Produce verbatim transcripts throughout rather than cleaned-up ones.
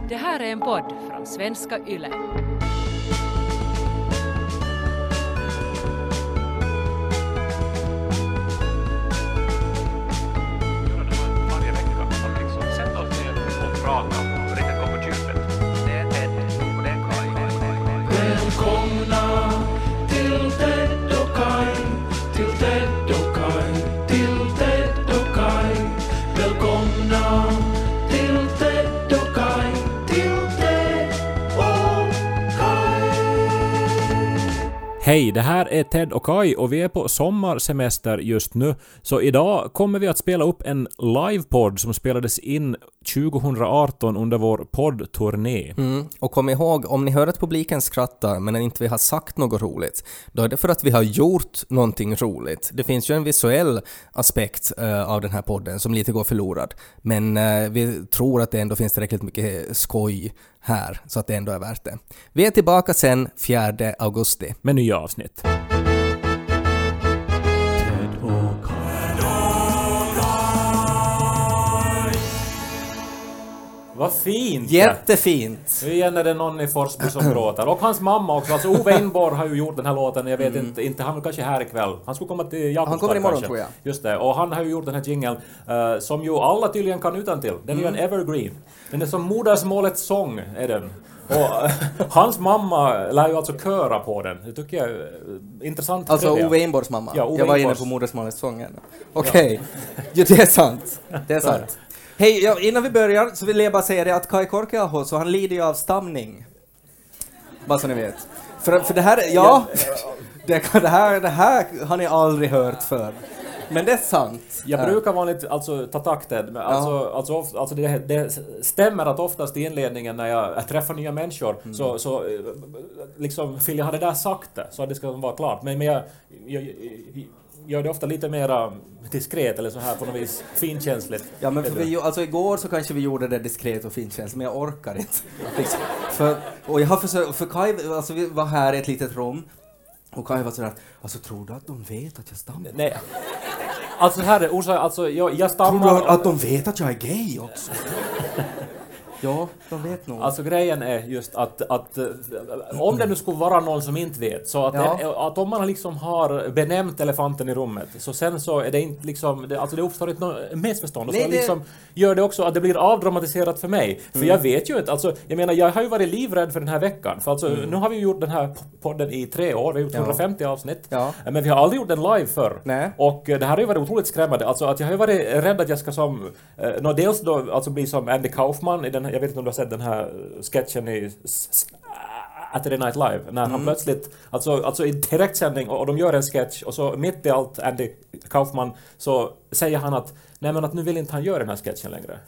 Det här är en podd från Svenska Yle. Varje vecka att liksom sätta oss ner och prata och riktigt gå på djupet. Det är Ted och det är Kai. Välkomna till Ted och Kai, till Ted och Kai, till Ted och Kai. Välkomna till Ted och Kai, till Ted och Kai. Hej, det här är Ted och Kai och vi är på sommarsemester just nu. Så idag kommer vi att spela upp en livepodd som spelades in tjugoarton under vår poddturné. Mm. Och kom ihåg, om ni hör att publiken skrattar men inte vi har sagt något roligt, då är det för att vi har gjort någonting roligt. Det finns ju en visuell aspekt uh, av den här podden som lite går förlorad. Men uh, vi tror att det ändå finns tillräckligt mycket skoj här så att det ändå är värt det. Vi är tillbaka sen fjärde augusti. Med nya avsnitt. Vad fint! Jättefint! Nu igen är det någon i Forsby som gråter. Och hans mamma också. Alltså Ove Inborg har ju gjort den här låten. Jag vet mm. inte, inte, han är kanske här ikväll. Han skulle komma till Jakobstad. Han kommer imorgon kanske. tror jag. Just det. Och han har ju gjort den här jingeln uh, som ju alla tydligen kan utan till. Den är mm. ju en evergreen. Den är som modersmålets sång är den. Och uh, hans mamma lär ju alltså köra på den. Det tycker jag är intressant. Alltså Ove Inborgs mamma? Ja, Ove jag var Inborgs. inne på modersmålets sången. Okej, okay. Jo, det är sant. Det är sant. Hej, ja, innan vi börjar så vill jag bara säga det att Kai Korkeaho, så han lider ju av stamning. Bara så ni vet. För, för det här, ja, det, det, här, det här har ni aldrig hört för. Men det är sant. Jag brukar vanligt alltså ta takten. Alltså, ja. alltså, alltså, alltså det, det stämmer att oftast i inledningen när jag, jag träffar nya människor mm. så, så liksom vill jag ha det där sagt så att det ska vara klart. Men, men jag, jag, jag gör det ofta lite mer diskret eller så här på något vis finkänsligt. Ja, men för vi, alltså igår så kanske vi gjorde det diskret och finkänsligt, men jag orkar inte. Liksom. För, och jag har försökt, för Kai, alltså vi var här i ett litet rum och Kai var sådär, alltså tror du att de vet att jag stammar? Nej. Alltså här är orsak, alltså jag, jag stammar... Tror du att de vet att jag är gay också? Ja, de vet nog. Alltså grejen är just att, att om det nu skulle vara någon som inte vet, så att, ja. det, att om man liksom har benämnt elefanten i rummet, så sen så är det inte liksom, det, alltså det uppstår inte något missförstånd. Och så Nej, det... liksom gör det också att det blir avdramatiserat för mig. För mm. jag vet ju inte, alltså jag menar, jag har ju varit livrädd för den här veckan. För alltså, mm. nu har vi gjort den här podden i tre år, vi har gjort ja. hundrafemtio avsnitt. Ja. Men vi har aldrig gjort den live förr. Nej. Och det här har ju varit otroligt skrämmande. Alltså att jag har ju varit rädd att jag ska som, eh, no, dels då alltså bli som Andy Kaufman i den här, jag vet inte om du har sett den här sketchen i Saturday Night Live när mm. han plötsligt alltså, alltså i direktsändning och, och de gör en sketch och så mitt i allt Andy Kaufman så säger han att nej men att nu vill inte han göra den här sketchen längre.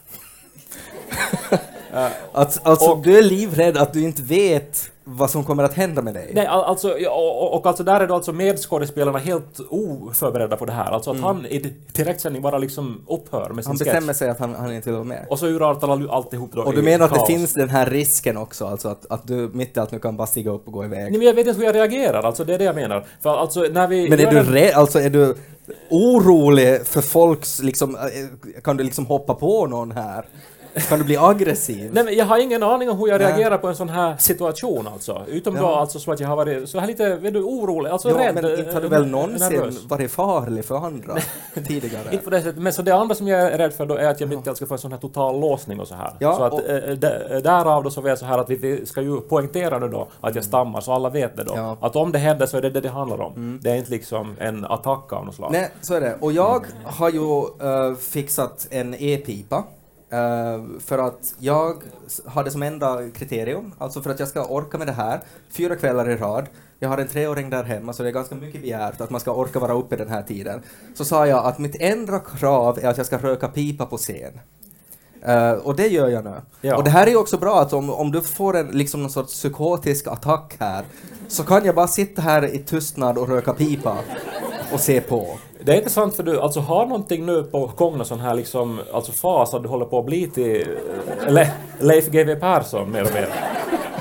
uh, alltså alltså och, du är livrädd att du inte vet vad som kommer att hända med dig. Nej, alltså, och, och alltså där är då alltså medskådespelarna helt oförberedda på det här. Alltså att mm. han i direktsändning bara liksom upphör med sin Han sketch. bestämmer sig att han, han inte vill vara med. Och så urartar alltihop då. Och du menar att kaos. Det finns den här risken också, alltså att, att du mitt i allt nu kan bara stiga upp och gå iväg. Nej, men jag vet inte hur jag reagerar, alltså det är det jag menar. För alltså när vi... Men är du, re- alltså, är du orolig för folks, liksom, kan du liksom hoppa på någon här? Kan du bli aggressiv? Nej, men jag har ingen aning om hur jag reagerar på en sån här situation alltså. Utom ja. då alltså så att jag har varit så här lite vet du, orolig, alltså ja, rädd. Men inte har du väl någonsin nervös. varit farlig för andra tidigare? Inte på det sättet, men så det andra som jag är rädd för då är att jag inte ska få en sån här total låsning och så här. Ja, så att och, d- därav då så är det så här att vi ska ju poängtera nu då att jag stammar så alla vet det då. Ja. Att om det händer så är det det det handlar om. Mm. Det är inte liksom en attack av något slag. Nej, så är det. Och jag har ju uh, fixat en e-pipa. Uh, för att jag hade som enda kriterium, alltså för att jag ska orka med det här, fyra kvällar i rad, jag har en treåring där hemma så det är ganska mycket begärt att man ska orka vara uppe den här tiden. Så sa jag att mitt enda krav är att jag ska röka pipa på scen. Uh, och det gör jag nu. Ja. Och det här är ju också bra att om, om du får en liksom någon sorts psykotisk attack här så kan jag bara sitta här i tystnad och röka pipa och se på. Det är intressant för du alltså har någonting nu på gång sån här liksom alltså fas att du håller på att bli till Le- Leif G W Persson mer och mer.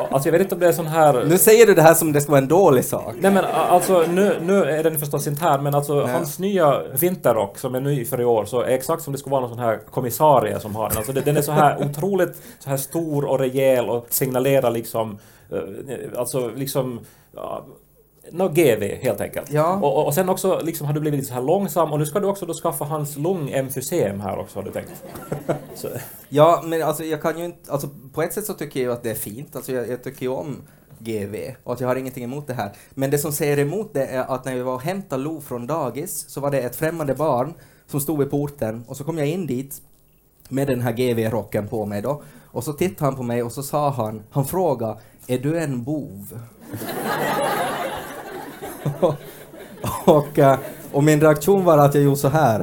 alltså jag vet inte om det är sån här... Nu säger du det här som det ska vara en dålig sak. Nej men alltså nu, nu är den förstås inte här, men alltså Nej. hans nya vinterrock som är ny för i år så är exakt som det skulle vara någon sån här kommissarie som har den. Alltså det, den är så här otroligt så här stor och rejäl och signalerar liksom uh, alltså liksom uh, no G V helt enkelt. Ja. Och, och, och sen också liksom har du blivit lite så här långsam och nu ska du också då skaffa hans lungemfysem här också har du tänkt. Så. Ja, men alltså jag kan ju inte, alltså på ett sätt så tycker jag ju att det är fint, alltså jag, jag tycker ju om G V och att jag har ingenting emot det här. Men det som säger emot det är att när vi var och hämtade Lo från dagis så var det ett främmande barn som stod vid porten och så kom jag in dit med den här G V-rocken på mig då och så tittade han på mig och så sa han, han frågade, är du en bov? och, och min reaktion var att jag gjorde så här.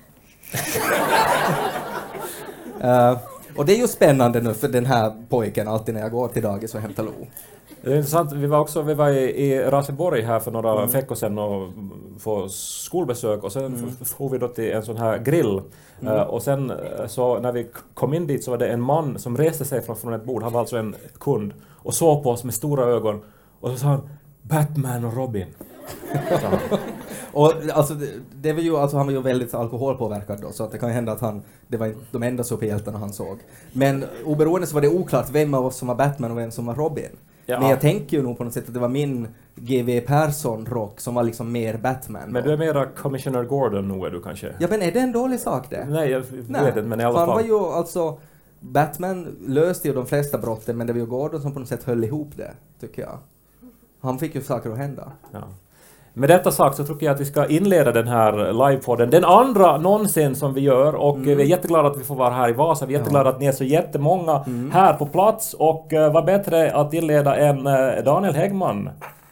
uh, och det är ju spännande nu för den här pojken alltid när jag går till dagis och hämtar Lo. Det är intressant. Vi var också vi var i, i Raseborg här för några mm. veckor sedan och få skolbesök och sen mm. får vi då till en sån här grill. Mm. Uh, och sen så när vi kom in dit så var det en man som reste sig från, från ett bord. Han var alltså en kund och såg på oss med stora ögon och så sa han Batman och Robin. och alltså det, det var ju alltså han var ju väldigt alkoholpåverkad då så att det kan hända att han det var de enda superhjältarna han såg. Men oberoende så var det oklart vem av oss som var Batman och vem som var Robin. Ja. Men jag tänker ju nog på något sätt att det var min G W Persson-rock som var liksom mer Batman. Men då. du är mera Commissioner Gordon nu är du kanske? Ja, men är det en dålig sak det? Nej, jag Nej. vet inte, men i alla han fall. Han var ju alltså, Batman löste ju de flesta brotten men det var ju Gordon som på något sätt höll ihop det, tycker jag. Han fick ju saker att hända. Ja. Med detta sagt så tror jag att vi ska inleda den här livepodden. Den andra någonsin som vi gör och mm. vi är jätteglada att vi får vara här i Vasa. Vi är jätteglada ja. att ni är så jättemånga mm. här på plats och uh, vad bättre att inleda än uh, Daniel Häggman.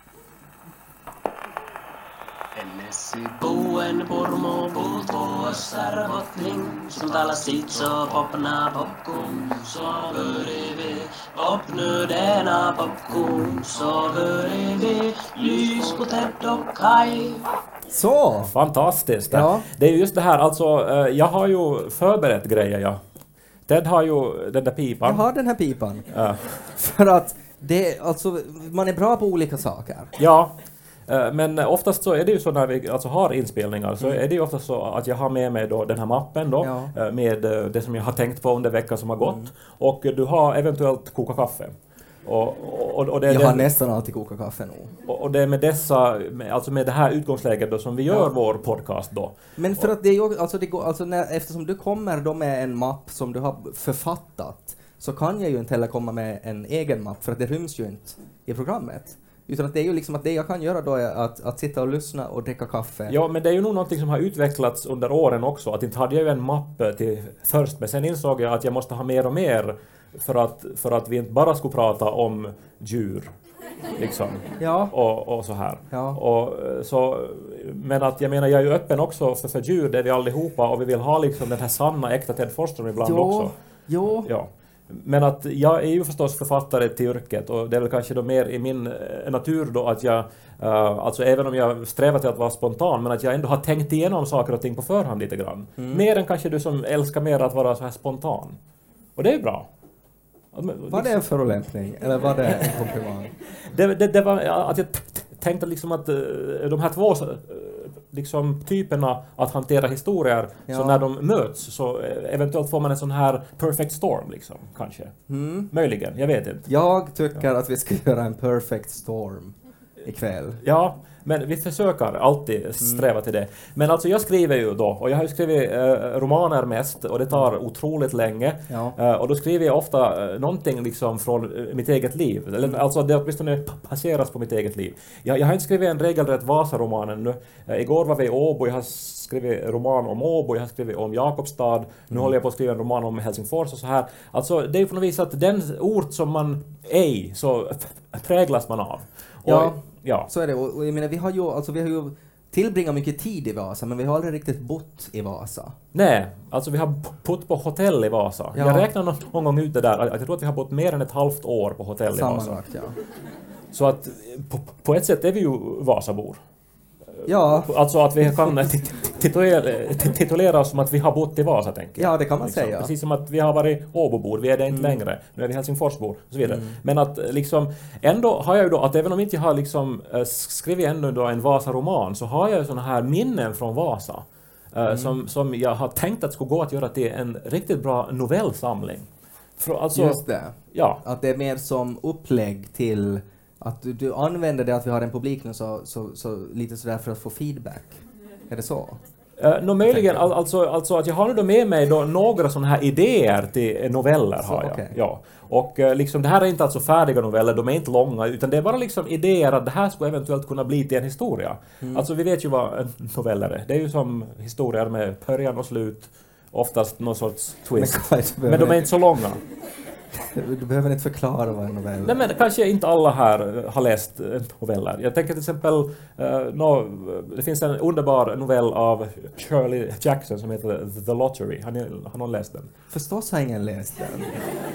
Boen pormo puutuossa rotling, som talar sitt så popna popcorn, så hör vi popnödena popcorn, så hör vi lys på Ted och Kai. Så! Fantastiskt! Ja. Det är ju just det här, alltså uh, jag har ju förberett grejer, ja. Ted har ju den där pipan. Jag har den här pipan. Ja. För att det, alltså, man är bra på olika saker. Ja. Men oftast så är det ju så när vi alltså har inspelningar så mm. är det ju oftast så att jag har med mig då den här mappen då ja. med det som jag har tänkt på under veckan som har gått mm. och du har eventuellt koka kaffe. Och, och, och det är jag den, har nästan alltid kokat kaffe nu. Och, och det är med dessa, alltså med det här utgångsläget då som vi gör ja. vår podcast då. Men för att det är ju, alltså det går, alltså när, eftersom du kommer då med en mapp som du har författat så kan jag ju inte heller komma med en egen mapp för att det ryms ju inte i programmet. Utan att det är ju liksom att det jag kan göra då är att, att sitta och lyssna och dricka kaffe. Ja, men det är ju nog någonting som har utvecklats under åren också. Att inte hade jag ju en mapp till först, men sen insåg jag att jag måste ha mer och mer för att, för att vi inte bara skulle prata om djur. Liksom. Ja. Och, och så här. Ja. Och, så, men att jag menar, jag är ju öppen också för, för djur, det är vi allihopa. Och vi vill ha liksom den här sanna, äkta Ted Forsström ibland jo. också. Jo. Ja. Men att jag är ju förstås författare till yrket och det är väl kanske då mer i min natur då att jag, uh, alltså även om jag strävar till att vara spontan, men att jag ändå har tänkt igenom saker och ting på förhand lite grann. Mm. Mer än kanske du som älskar mer att vara så här spontan. Och det är bra. Var det en förolämpning eller var det en komplimang? det, det, det var att jag tänkte liksom att uh, de här två uh, liksom typerna att hantera historier ja. så när de möts så eventuellt får man en sån här perfect storm liksom kanske. Mm. Möjligen, jag vet inte. Jag tycker ja. att vi ska göra en perfect storm ikväll. Ja, men vi försöker alltid sträva mm. till det. Men alltså jag skriver ju då, och jag har ju skrivit eh, romaner mest, och det tar mm. otroligt länge. Ja. Eh, och då skriver jag ofta eh, någonting liksom från eh, mitt eget liv. Eller, alltså det åtminstone passeras på mitt eget liv. Jag, jag har inte skrivit en regelrätt Vasa-roman ännu. Eh, igår var vi i Åbo, jag har skrivit roman om Åbo, jag har skrivit om Jakobstad. Nu mm. håller jag på att skriva en roman om Helsingfors och så här. Alltså det är ju på något vis att den ort som man är i så präglas man av. Ja. Och, ja, så är det. Och jag menar, vi har ju, alltså, vi har ju tillbringat mycket tid i Vasa, men vi har aldrig riktigt bott i Vasa. Nej, alltså vi har bott på hotell i Vasa. Ja. Jag räknar någon, någon gång ut det där, att jag tror att vi har bott mer än ett halvt år på hotell i Vasa. Sammanlagt, ja. Så att på, på ett sätt är vi ju Vasabor. Ja. Alltså att vi kan tit- titulera, titulera oss som att vi har bott i Vasa, tänker jag. Ja, det kan man liksom. säga. Precis som att vi har varit Åbobor, vi är det inte mm. längre. Nu är vi Helsingforsbor och så vidare. Mm. Men att liksom, ändå har jag ju då, att även om inte jag har liksom äh, skrivit ännu då en Vasa-roman, så har jag ju såna här minnen från Vasa. Äh, mm. som, som jag har tänkt att skulle gå att göra till en riktigt bra novellsamling. För, alltså, Just det. Ja. Att det är mer som upplägg till att du, du använder det att vi har en publik nu så, så, så lite sådär för att få feedback. Är det så? Uh, no, möjligen, all, alltså, alltså att jag har nu då med mig då några sådana här idéer till noveller så, har jag. Okay. Ja. Och uh, liksom, det här är inte alltså färdiga noveller, de är inte långa, utan det är bara liksom idéer att det här skulle eventuellt kunna bli till en historia. Mm. Alltså vi vet ju vad noveller är. Det är ju som historier med början och slut, oftast någon sorts twist. Men, men de är inte så långa. Du behöver inte förklara vad en novell är. Nej, men kanske inte alla här har läst noveller. Jag tänker till exempel, uh, no, det finns en underbar novell av Shirley Jackson som heter The Lottery. Har, ni, har någon läst den? Förstås har ingen läst den.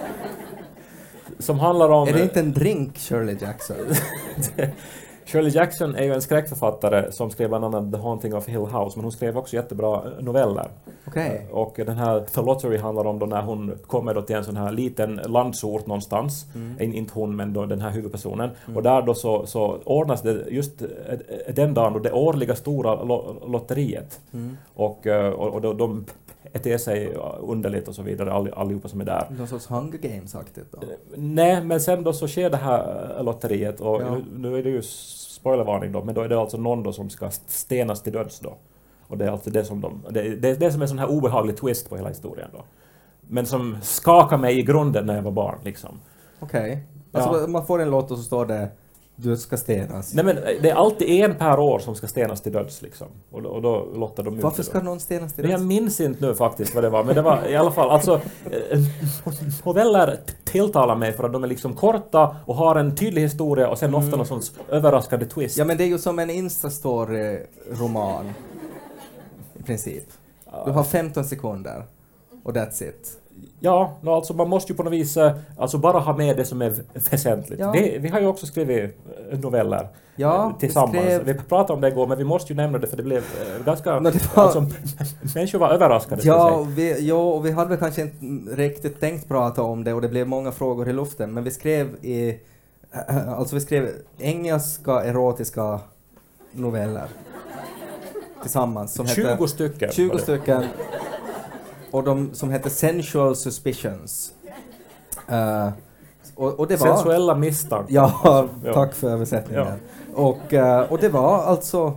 Som handlar om... Är det inte en drink, Shirley Jackson? Shirley Jackson är ju en skräckförfattare som skrev bland annat The Haunting of Hill House, men hon skrev också jättebra noveller. Okay. Och den här The Lottery handlar om då när hon kommer då till en sån här liten landsort någonstans, mm. inte hon men då den här huvudpersonen, mm. och där då så, så ordnas det just den dagen då det årliga stora lo- lotteriet. Mm. Och, och, och då, de beter sig underligt och så vidare, all, allihopa som är där. Någon sorts Hunger Games-aktigt då? Nej, men sen då så sker det här lotteriet och ja. nu, nu är det ju spoilervarning då, men då är det alltså någon då som ska stenas till döds då. Och det är alltså det som de, det, det, det som är en sån här obehaglig twist på hela historien då. Men som skakar mig i grunden när jag var barn liksom. Okej. Okay. Alltså ja. Man får en låt och så står det du ska stenas. Nej, men det är alltid en per år som ska stenas till döds liksom. Och då, och då lottar de ut. Varför ska då. någon stenas till döds? Jag minns inte nu faktiskt vad det var, men det var i alla fall alltså noveller tilltalar mig för att de är liksom korta och har en tydlig historia och sen mm. ofta någon sån överraskande twist. Ja, men det är ju som en Instastory-roman i princip. Du har femton sekunder och that's it. Ja, no, alltså man måste ju på något vis alltså bara ha med det som är väsentligt. Ja. Vi, vi har ju också skrivit noveller ja, tillsammans. Vi, skrev... vi pratade om det igår, men vi måste ju nämna det för det blev ganska... No, det var... alltså, människor var överraskade. Ja, vi, ja, och vi hade väl kanske inte riktigt tänkt prata om det och det blev många frågor i luften. Men vi skrev i... Alltså vi skrev engelska erotiska noveller tillsammans. Som tjugo hette, stycken. tjugo stycken. Och de som heter Sensual Suspicions. Uh, och, och det var... Sensuella misstankar. Ja, tack för översättningen. Ja. Och, uh, och det var alltså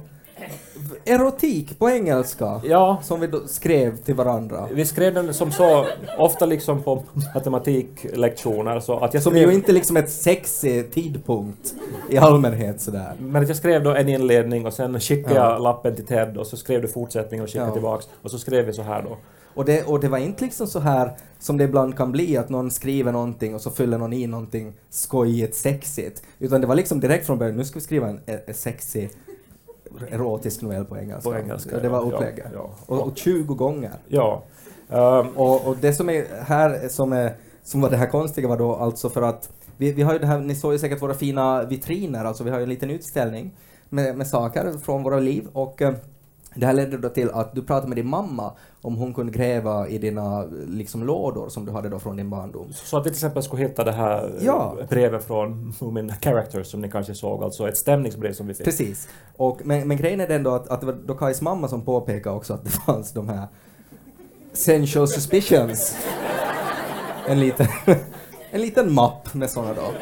erotik på engelska. Ja. Som vi då skrev till varandra. Vi skrev den som så ofta liksom på matematiklektioner. Så att jag som skrev... ju inte liksom ett sexig tidpunkt i allmänhet sådär. Men att jag skrev då en inledning och sen skickade ja. jag lappen till Ted och så skrev du fortsättningen och skickade ja. tillbaks. Och så skrev vi så här då. Och det, och det var inte liksom så här som det ibland kan bli att någon skriver någonting och så fyller någon i någonting skojigt, sexigt. Utan det var liksom direkt från början, nu ska vi skriva en, en sexig erotisk novell på engelska. På engelska, och det var upplägget. Ja, ja. Och, och tjugo gånger. Ja. Um, och, och det som är här som, är, som var det här konstiga var då alltså för att vi, vi har ju det här, ni såg ju säkert våra fina vitriner, alltså vi har ju en liten utställning med, med saker från våra liv och um, det här ledde då till att du pratade med din mamma om hon kunde gräva i dina liksom, lådor som du hade då från din barndom. Så att vi till exempel skulle hitta det här ja. brevet från Moomin Characters som ni kanske såg, alltså ett stämningsbrev som vi fick. Precis. Och, men, men grejen är den då att, att det var då Kajs mamma som påpekade också att det fanns de här Sensual Suspicions. en, liten, en liten mapp med sådana då.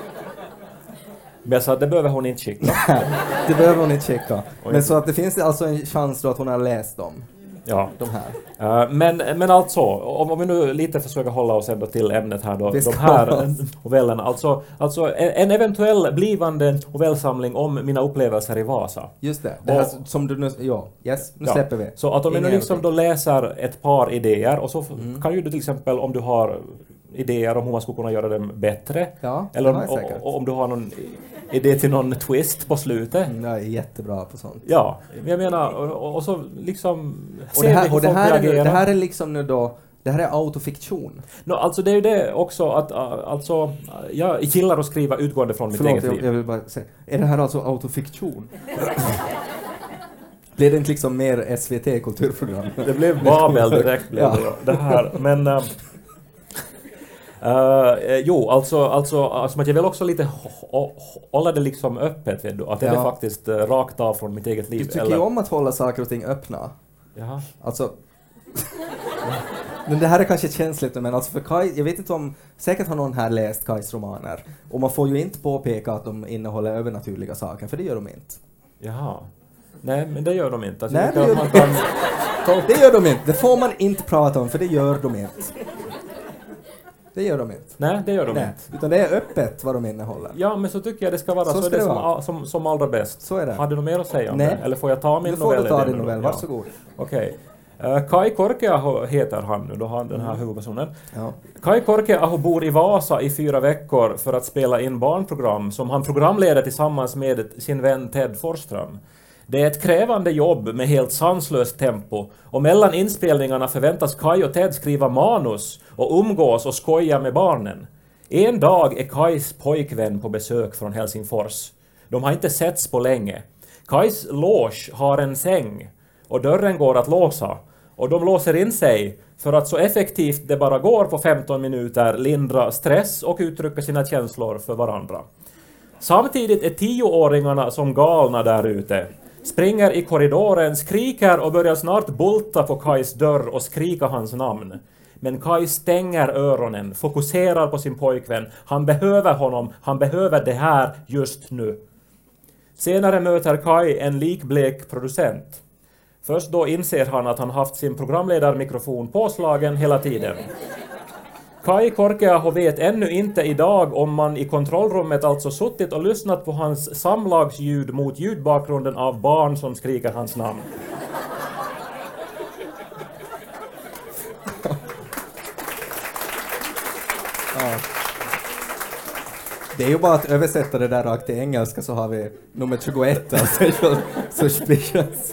Men jag sa att det behöver hon inte skicka. Det behöver hon inte skicka. Men så att det finns alltså en chans då att hon har läst dem. Ja. De här. Uh, men, men alltså, om, om vi nu lite försöker hålla oss ändå till ämnet här då. De här novellerna. Alltså, alltså en, en eventuell blivande novellsamling om mina upplevelser i Vasa. Just det. Det här och, som du nu... Ja, yes, nu ja. släpper vi. Så att om vi nu liksom då läser ett par idéer och så mm. kan ju du till exempel om du har idéer om hur man skulle kunna göra dem bättre. Ja, eller om, och, om du har någon idé till någon twist på slutet. Mm, jag är jättebra på sånt. Ja, jag menar, och, och så liksom... Och det här, och det här, är, det här är liksom nu då... Det här är autofiktion. No, alltså det är ju det också att alltså, jag gillar att skriva utgående från mitt Förlåt, eget liv. Jag, jag vill bara säga, är det här alltså autofiktion? Blev det inte liksom mer S V T-kulturprogram? Det blev Babel direkt. Blev Ja. det, det här. Men... Uh, uh, jo, alltså, alltså, alltså att jag vill också lite hålla det liksom öppet, vet du. Att det Ja. är faktiskt uh, rakt av från mitt eget liv. Du tycker ju om att hålla saker och ting öppna. Jaha. Alltså... Men det här är kanske känsligt, men alltså för Kaj, jag vet inte om, säkert har någon här läst Kajs romaner, och man får ju inte påpeka att de innehåller övernaturliga saker, för det gör de inte. Jaha. Nej, men det gör de inte. Alltså, Nej, jag det tycker gör att de man kan... inte. Det gör de inte, det får man inte prata om, för det gör de inte. Det gör de inte. Nej, det gör de Nej, inte. utan det är öppet vad de innehåller. Ja, men så tycker jag det ska vara. Så Så, ska är det, det som, vara. som, som allra bäst. Så är det. Har du något mer att säga om Nej. det? Eller får jag ta min Nu får novell? du ta i din den då? novell, Ja. varsågod. Okej. Uh, Kai Korkeaho heter han nu, då han den här huvudpersonen. Ja. Kai Korkeaho bor i Vasa i fyra veckor för att spela in barnprogram som han programleder tillsammans med sin vän Ted Forsström. Det är ett krävande jobb med helt sanslöst tempo, och mellan inspelningarna förväntas Kai och Ted skriva manus och umgås och skoja med barnen. En dag är Kais pojkvän på besök från Helsingfors. De har inte setts på länge. Kais loge har en säng och dörren går att låsa, och de låser in sig för att så effektivt det bara går på femton minuter lindra stress och uttrycka sina känslor för varandra. Samtidigt är tioåringarna som galna där ute. Springer i korridoren, skriker och börjar snart bulta på Kais dörr och skrika hans namn. Men Kai stänger öronen, fokuserar på sin pojkvän. Han behöver honom, han behöver det här just nu. Senare möter Kai en likblek producent. Först då inser han att han haft sin programledarmikrofon påslagen hela tiden. Kai Korkeaho vet ännu inte idag om man i kontrollrummet alltså suttit och lyssnat på hans samlagsljud mot ljudbakgrunden av barn som skriker hans namn. Ja. Det är ju bara att översätta det där rakt till engelska, så har vi nummer tjugoett, alltså suspicious.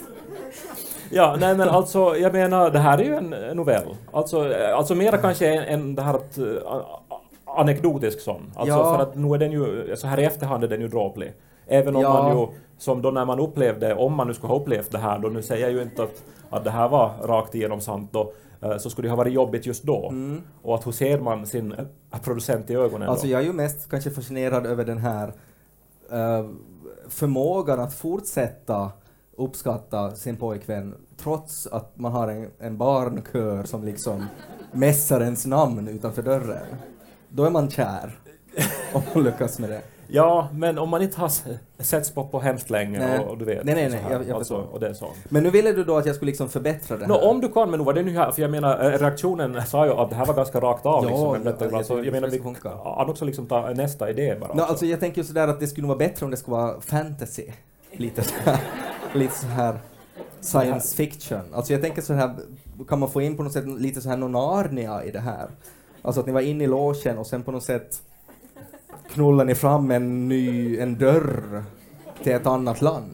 Ja, nej men alltså, jag menar, det här är ju en novell. Alltså, alltså mera kanske en, en det här att, uh, anekdotisk sån. Alltså Ja. för att nu är den ju, så här i efterhand är den ju dråplig. Även om Ja. man ju, som då när man upplevde, om man nu skulle ha upplevt det här, då nu säger jag ju inte att, att det här var rakt igenom sant då, uh, så skulle det ha varit jobbigt just då. Mm. Och att hur ser man sin uh, producent i ögonen Alltså då? jag är ju mest kanske fascinerad över den här uh, förmågan att fortsätta uppskatta sin pojkvän trots att man har en, en barnkör som liksom mässar ens namn utanför dörren. Då är man kär om man lyckas med det. Ja, men om man inte har setts på på hemskt länge Nej. och, och du vet. Nej, nej, så nej, här, jag- jag alltså, förstår. och det är så. Men nu ville du då att jag skulle liksom förbättra det Nå, här. om du kan, men nu var det nu här, för jag menar, eh, reaktionen sa ju att det här var ganska rakt av. Ja, liksom, men ja, detta, jag alltså, tycker jag menar, det vi ska funka. kan också liksom ta nästa idé bara. Nå, alltså jag tänker ju sådär att det skulle vara bättre om det skulle vara fantasy. Lite så här, lite så här science fiction. Alltså jag tänker så här, kan man få in på något sätt lite så här Narnia i det här? Alltså att ni var inne i logen och sen på något sätt knullar ni fram en ny, en dörr till ett annat land.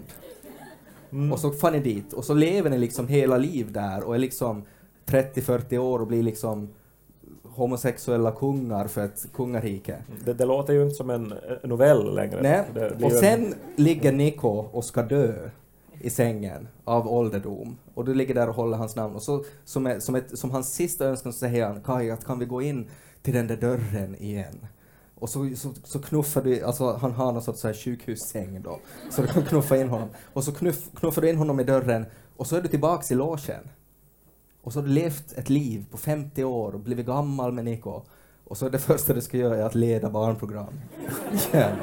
Mm. Och så får ni dit och så lever ni liksom hela liv där och är liksom trettio fyrtio år och blir liksom homosexuella kungar för ett kungarike. det, det låter ju inte som en eh, novell längre. Nej. Det blir Och ju sen en, ligger Nico och ska dö i sängen av ålderdom. Och du ligger där och håller hans namn. Och så som, är, som, ett, som hans sista önskan så säger han, Kai, att kan vi gå in till den där dörren igen? Och så, så, så knuffar du, alltså han har någon sorts så här sjukhussäng då. Så du kan knuffa in honom. Och så knuff, knuffar du in honom i dörren och så är du tillbaks i logen. Och så har du levt ett liv på femtio år och blivit gammal med Nico. Och så är det första du ska göra är att leda barnprogram. Igen.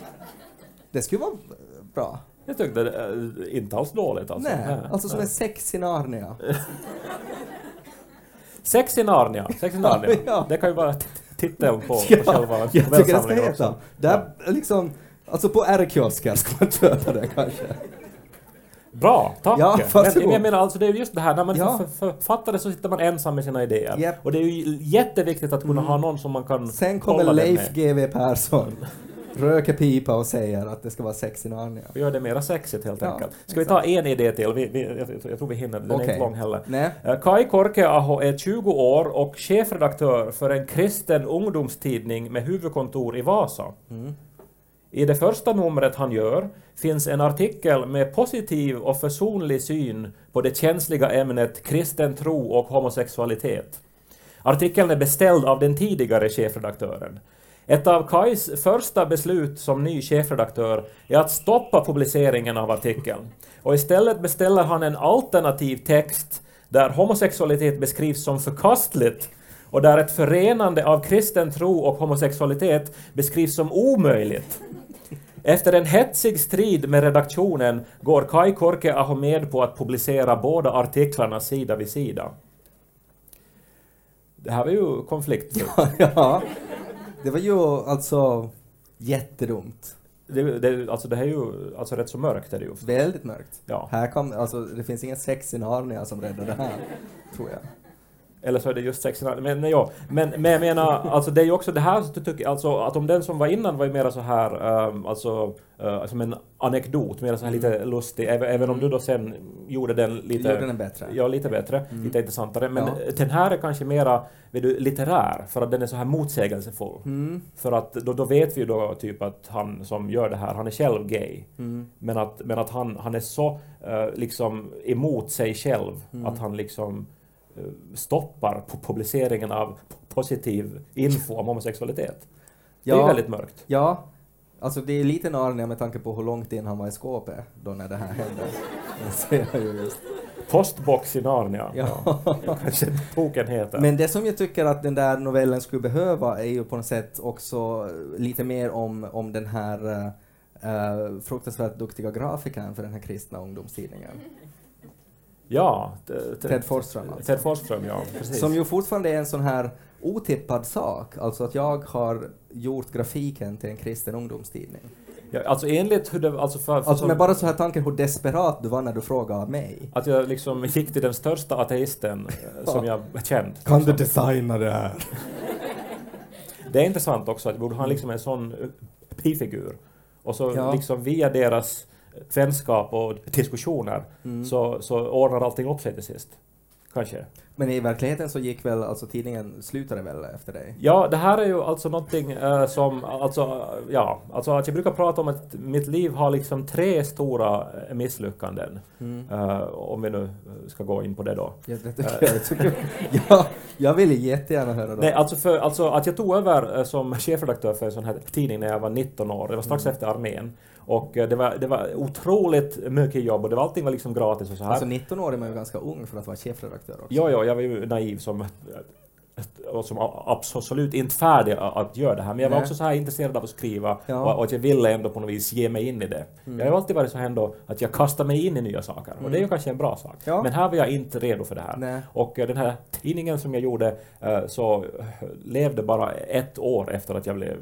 Det skulle vara bra. jag tyckte det, eh, inte alls dåligt alltså. Nej, alltså som en sex i Narnia. Sex i Narnia. Sex i Narnia. Ja. Det kan ju vara t- titeln på, Ja, på själva jag tycker det ska novellsamlingen heta. också. Där, liksom, alltså på R-kiosken ska man köpa det kanske. Bra, tack! Ja, varsågod. men jag menar alltså det är just det här, när man Ja. ja. författar det så sitter man ensam med sina idéer. Yep. Och det är ju jätteviktigt att kunna Mm. ha någon som man kan Sen kommer kolla det Leif med. G W Persson, röker pipa och säger att det ska vara sex i Narnia. Vi gör det mera sexigt helt Ja, enkelt. Ska vi ta en idé till? Vi, vi, jag, jag tror vi hinner, den är Okej. inte lång heller. Nej. Eh, Kai Korkeaho är tjugo år och chefredaktör för en kristen ungdomstidning med huvudkontor i Vasa. Mm. I det första numret han gör finns en artikel med positiv och försonlig syn på det känsliga ämnet kristen tro och homosexualitet. Artikeln är beställd av den tidigare chefredaktören. Ett av Kajs första beslut som ny chefredaktör är att stoppa publiceringen av artikeln. Och istället beställer han en alternativ text där homosexualitet beskrivs som förkastligt och där ett förenande av kristen tro och homosexualitet beskrivs som omöjligt. Efter en hetsig strid med redaktionen går Kaj Korkeaho med på att publicera båda artiklarna sida vid sida. Det här var ju konflikt. Ja, det var ju alltså jättedumt. Det, det, alltså det här är ju alltså rätt så mörkt är det ju. Väldigt mörkt. Ja. Här kom, alltså, det finns ingen sex i Narnia som räddar det här, tror jag. Eller så är det just sex. Men, men, ja. men, men jag menar, alltså det är ju också det här, tycker, alltså, att om den som var innan var ju mer så här, um, alltså, uh, som en anekdot, mer så här lite lustig, även, även om Mm. du då sen gjorde den lite, gjorde den bättre. Ja, lite bättre, Mm. lite intressantare. Men Ja. den här är kanske mera, vet du, litterär, för att den är så här motsägelsefull. Mm. För att då, då vet vi ju då typ att han som gör det här, han är själv gay. Mm. Men att, men att han, han är så uh, liksom emot sig själv, Mm. att han liksom stoppar på publiceringen av positiv info om homosexualitet. Ja. Det är väldigt mörkt. Ja, alltså det är lite Narnia med tanke på hur långt in han var i skåpet då när det här hände. Det ser jag ju just. Postbox i Narnia. Ja. Ja. Kanske boken heter. Men det som jag tycker att den där novellen skulle behöva är ju på något sätt också lite mer om, om den här uh, fruktansvärt duktiga grafikern för den här kristna ungdomstidningen. Ja. T- t- Ted Forsström alltså. Ted Forsström, ja. Precis. Som ju fortfarande är en sån här otippad sak. Alltså att jag har gjort grafiken till en kristen ungdomstidning. Ja, alltså enligt hur det... Alltså, för, för Alltså som, med bara så här tanken hur desperat du var när du frågade mig. att jag liksom gick till den största ateisten eh, som jag känt. Kan du designa det här? Det är intressant också att borde han liksom en sån eh, pifigur. Och så Ja. liksom via deras vänskap och diskussioner Mm. så, så ordnar allting upp sig till sist. Kanske. Men i verkligheten så gick väl, alltså tidningen slutade väl efter dig? Ja, det här är ju alltså någonting eh, som, alltså, ja, alltså att jag brukar prata om att mitt liv har liksom tre stora eh, misslyckanden. Mm. Eh, om vi nu ska gå in på det då. Ja, det tycker jag, jag, tycker, ja, jag vill jättegärna höra då. Nej, alltså, för, alltså att jag tog över eh, som chefredaktör för en sån här tidning när jag var nitton år. Det var strax Mm. efter armén. Och eh, det var, det var otroligt mycket jobb och det var, allting var liksom gratis och så här. Alltså nitton år är man ju ganska ung för att vara chefredaktör också. Ja, ja, jag var ju naiv som, och som absolut inte färdig att göra det här. Men jag var Nej. också så här intresserad av att skriva Ja. och, och att jag ville ändå på något vis ge mig in i det. Mm. Jag har ju alltid varit så här ändå att jag kastar mig in i nya saker. Och det är ju kanske en bra sak. Ja. Men här var jag inte redo för det här. Nej. Och eh, den här tidningen som jag gjorde eh, så levde bara ett år efter att jag blev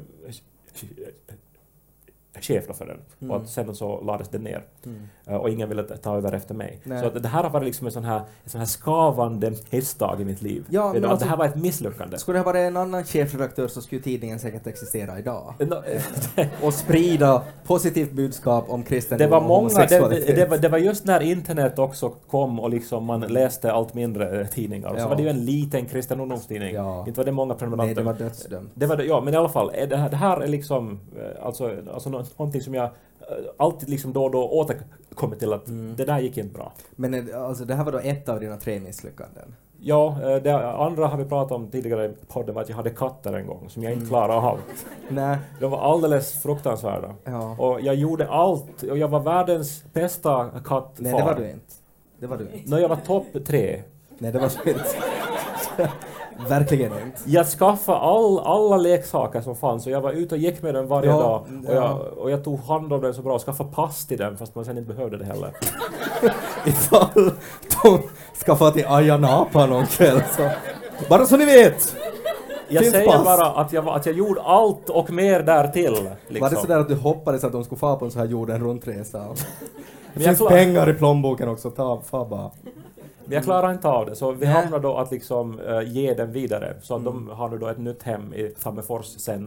chef för den. Mm. Och att sen så lades den ner. Mm. Uh, och ingen ville ta över efter mig. Nej. Så att det här har varit liksom en sån här, en sån här skavande misstag i mitt liv. Ja, Vet men du, att alltså- det här var ett misslyckande. Skulle det ha varit en annan chefredaktör så skulle tidningen säkert existera idag. No, Och sprida positivt budskap om kristen det var och många, det, homosexualitet. det, var, det var just när internet också kom och liksom man läste allt mindre eh, tidningar. Och så Ja. var det ju en liten kristen ungdomstidning. Ja. Inte var det många prenumeranter. Nej, det var dödsdömt. Det var det, ja, men i alla fall, eh, det här, det här är liksom eh, alltså, alltså nå- någonting som jag eh, alltid liksom då och då återkommer till att Mm. det där gick inte bra. Men eh, alltså, det här var då ett av dina tre misslyckanden. Ja, eh, det andra har vi pratat om tidigare i podden var att jag hade katter en gång som jag inte Mm. klarade av. Nej. De var alldeles fruktansvärda. Ja. Och jag gjorde allt, och jag var världens bästa kattfar. Nej, det var du inte. Det var du inte. När jag var topp tre. Nej, det var du inte. Verkligen inte. Jag skaffade all, alla leksaker som fanns och jag var ute och gick med dem varje Ja, dag. Och, ja. jag, och jag tog hand om dem så bra och skaffade pass till dem fast man sen inte behövde det heller. Ifall de ska få till Ayia Napa någon kväll så... Bara så ni vet! Jag Finns säger pass. bara att jag, var- att jag gjorde allt och mer därtill. Liksom. Var det sådär att du hoppades att de skulle få på en sån här jorden runtresa? Det Men jag, finns klar, pengar i plånboken också, ta, fa bara. men jag klarar inte av det, så vi Nej. hamnar då att liksom, eh, ge den vidare. Så att de har nu då ett nytt hem i Tammerfors sen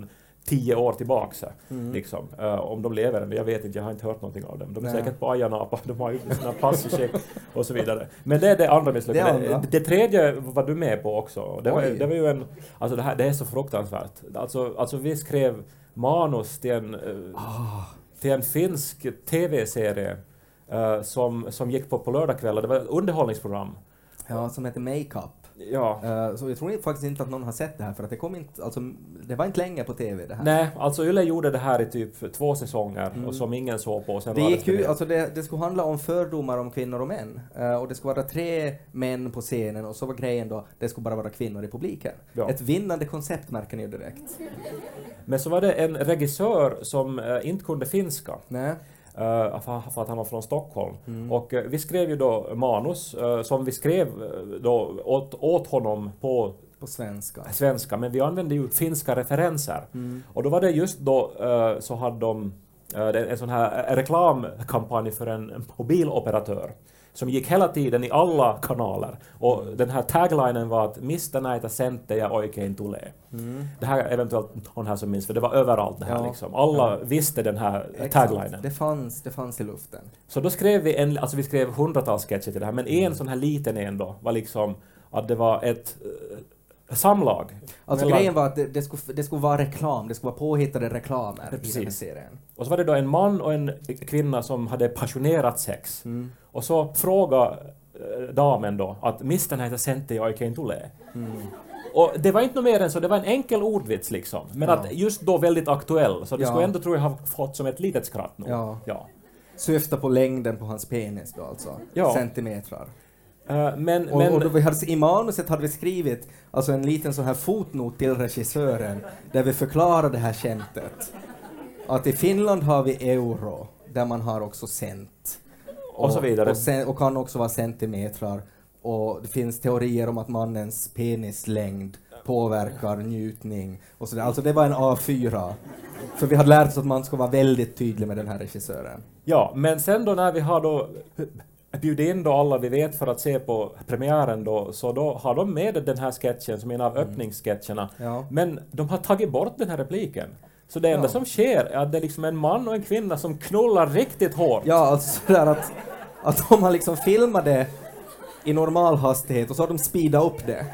tio år tillbaka. Mm. Liksom. Uh, om de lever än, jag vet inte, jag har inte hört någonting av dem. De är Nej. säkert på Ajanapa, de har ju sina pass i check och så vidare. Men det är det andra misslyckandet. Det Det, andra. det tredje var du med på också. Det var, Oj. det var ju en, alltså det här, det är så fruktansvärt. Alltså, alltså vi skrev manus till en, uh, Ah. till en finsk tv-serie uh, som, som gick på på lördagskvällar. Det var ett underhållningsprogram. Ja, som heter Makeup. Ja. Uh, så jag tror faktiskt inte att någon har sett det här för att det kom inte, alltså det var inte länge på tv det här. Nej, alltså Yle gjorde det här i typ två säsonger Mm. och som ingen såg på. Och sen Det var gick ju, ner. alltså det, det skulle handla om fördomar om kvinnor och män. Uh, och det skulle vara tre män på scenen och så var grejen då, det skulle bara vara kvinnor i publiken. Ja. Ett vinnande koncept märker ni ju direkt. Men så var det en regissör som uh, inte kunde finska. Nej. Uh, för, för att han var från Stockholm. Mm. Och uh, vi skrev ju då manus uh, som vi skrev uh, då åt, åt honom på På svenska. svenska, men vi använde ju finska referenser. Mm. Och då var det just då uh, så hade de uh, en sån här reklamkampanj för en mobiloperatör som gick hela tiden i alla kanaler. Och den här taglinen var att mistä näitä senttejä oikein tulee. Mm. Det här är eventuellt någon här som minns, för det var överallt det här Ja. liksom. Alla Ja. visste den här Exakt. taglinen. Det fanns, det fanns i luften. Så då skrev vi en, alltså vi skrev hundratals sketcher till det här, men Mm. en sån här liten en då var liksom att det var ett uh, samlag. Alltså mellan- grejen var att det, det, skulle, det skulle vara reklam, det skulle vara påhittade reklamer Ja, i den här precis. serien. Och så var det då en man och en kvinna som hade passionerat sex. Mm. Och så frågade uh, damen då att mistä näitä senttejä oikein tulee. Mm. Och det var inte något mer än så, det var en enkel ordvits liksom. Men Ja. att just då väldigt aktuell, så det Ja. skulle ändå tror jag ha fått som ett litet skratt nog. Ja. Ja. Syftar på längden på hans penis då alltså. Ja. Centimetrar. Uh, men, Och, men och då vi hade, i manuset hade vi skrivit alltså en liten sån här fotnot till regissören där vi förklarar det här skämtet. Att i Finland har vi euro, där man har också cent. Och så vidare. Och, sen, och kan också vara centimetrar. Och det finns teorier om att mannens penislängd påverkar njutning och sådär. Alltså det var en A fyra. För vi hade lärt oss att man ska vara väldigt tydlig med den här regissören. Ja, men sen då när vi har då bjudit in då alla vi vet för att se på premiären då, så då har de med den här sketchen som en av öppningssketcherna. Ja. Men de har tagit bort den här repliken. Så det enda Ja. som sker är att det är liksom en man och en kvinna som knullar riktigt hårt. Ja, alltså sådär att, att de har liksom filmat det i normal hastighet och så har de speedat upp det.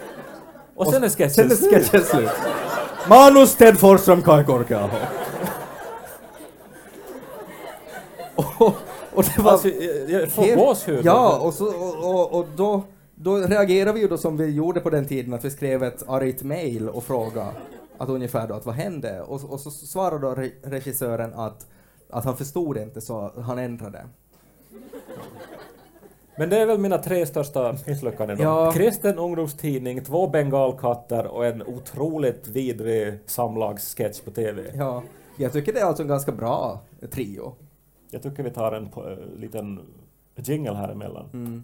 och sen är sketchen Sen är slut. sketchen slut. Manus Ted Forsström Kai Korkeaho. och, och det var... Alltså, jag, jag får helt- gåshud. Ja, och, så, och, och, och då, då reagerade vi ju då som vi gjorde på den tiden, att vi skrev ett argt mail och frågade att ungefär då att vad hände? Och, och så svarade då re- regissören att, att han förstod inte så han ändrade. Men det är väl mina tre största misslyckanden. då. Ja. Kristen ungdomstidning, två bengalkatter och en otroligt vidrig samlagssketch på tv. Ja, jag tycker det är alltså en ganska bra trio. Jag tycker vi tar en på, uh, liten jingle här emellan. Mm.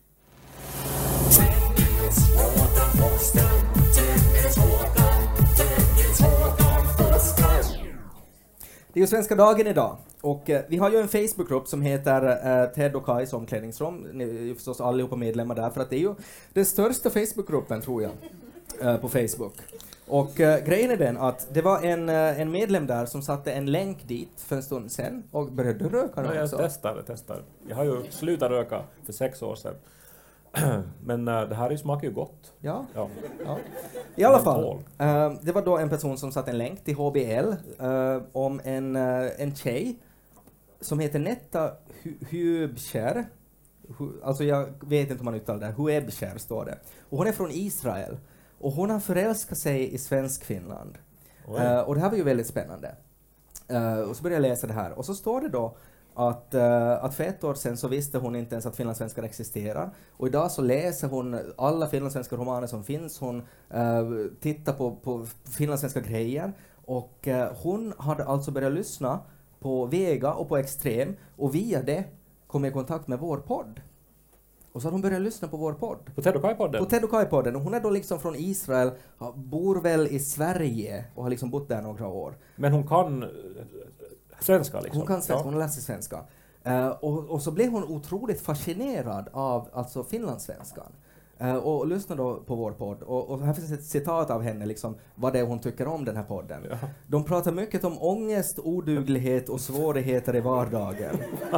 Det är ju Svenska dagen idag och eh, vi har ju en Facebookgrupp som heter eh, Ted och Kais omklädningsrum. Ni är ju förstås allihopa medlemmar där för att det är ju den största Facebookgruppen tror jag eh, på Facebook. Och eh, grejen är den att det var en, eh, en medlem där som satte en länk dit för en stund sedan och började röka Ja, nu jag också. testar, testar. Jag har ju slutat röka för sex år sedan. Men uh, det här smakar ju gott. Ja. Ja. Ja. I alla Man fall, tål. eh, det var då en person som satte en länk till H B L eh, om en, eh, en tjej som heter Netta Hu- Huebscher. Hu- Alltså jag vet inte om man uttalar det, Huebscher står det. Och hon är från Israel. Och hon har förälskat sig i Svensk-Finland. Oj. Eh, och det här var ju väldigt spännande. Eh, och så började jag läsa det här. Och så står det då att, uh, att för ett år sedan så visste hon inte ens att finlandssvenskar existerar. Och idag så läser hon alla finlandssvenska romaner som finns. Hon uh, tittar på, på finlandssvenska grejer. Och uh, hon hade alltså börjat lyssna på Vega och på Extrem. Och via det kom i kontakt med vår podd. Och så har hon börjat lyssna på vår podd. På Ted och Kai-podden? På Ted och Kai-podden. Och hon är då liksom från Israel, har- bor väl i Sverige och har liksom bott där några år. Men hon kan uh, svenska liksom? Hon kan svenska, Ja. hon har lärt sig svenska. Uh, och, och så blev hon otroligt fascinerad av alltså finlandssvenskan. Uh, och lyssna då på vår podd. Och, och här finns ett citat av henne, liksom, vad det är hon tycker om den här podden. Ja. De pratar mycket om ångest, oduglighet och svårigheter i vardagen.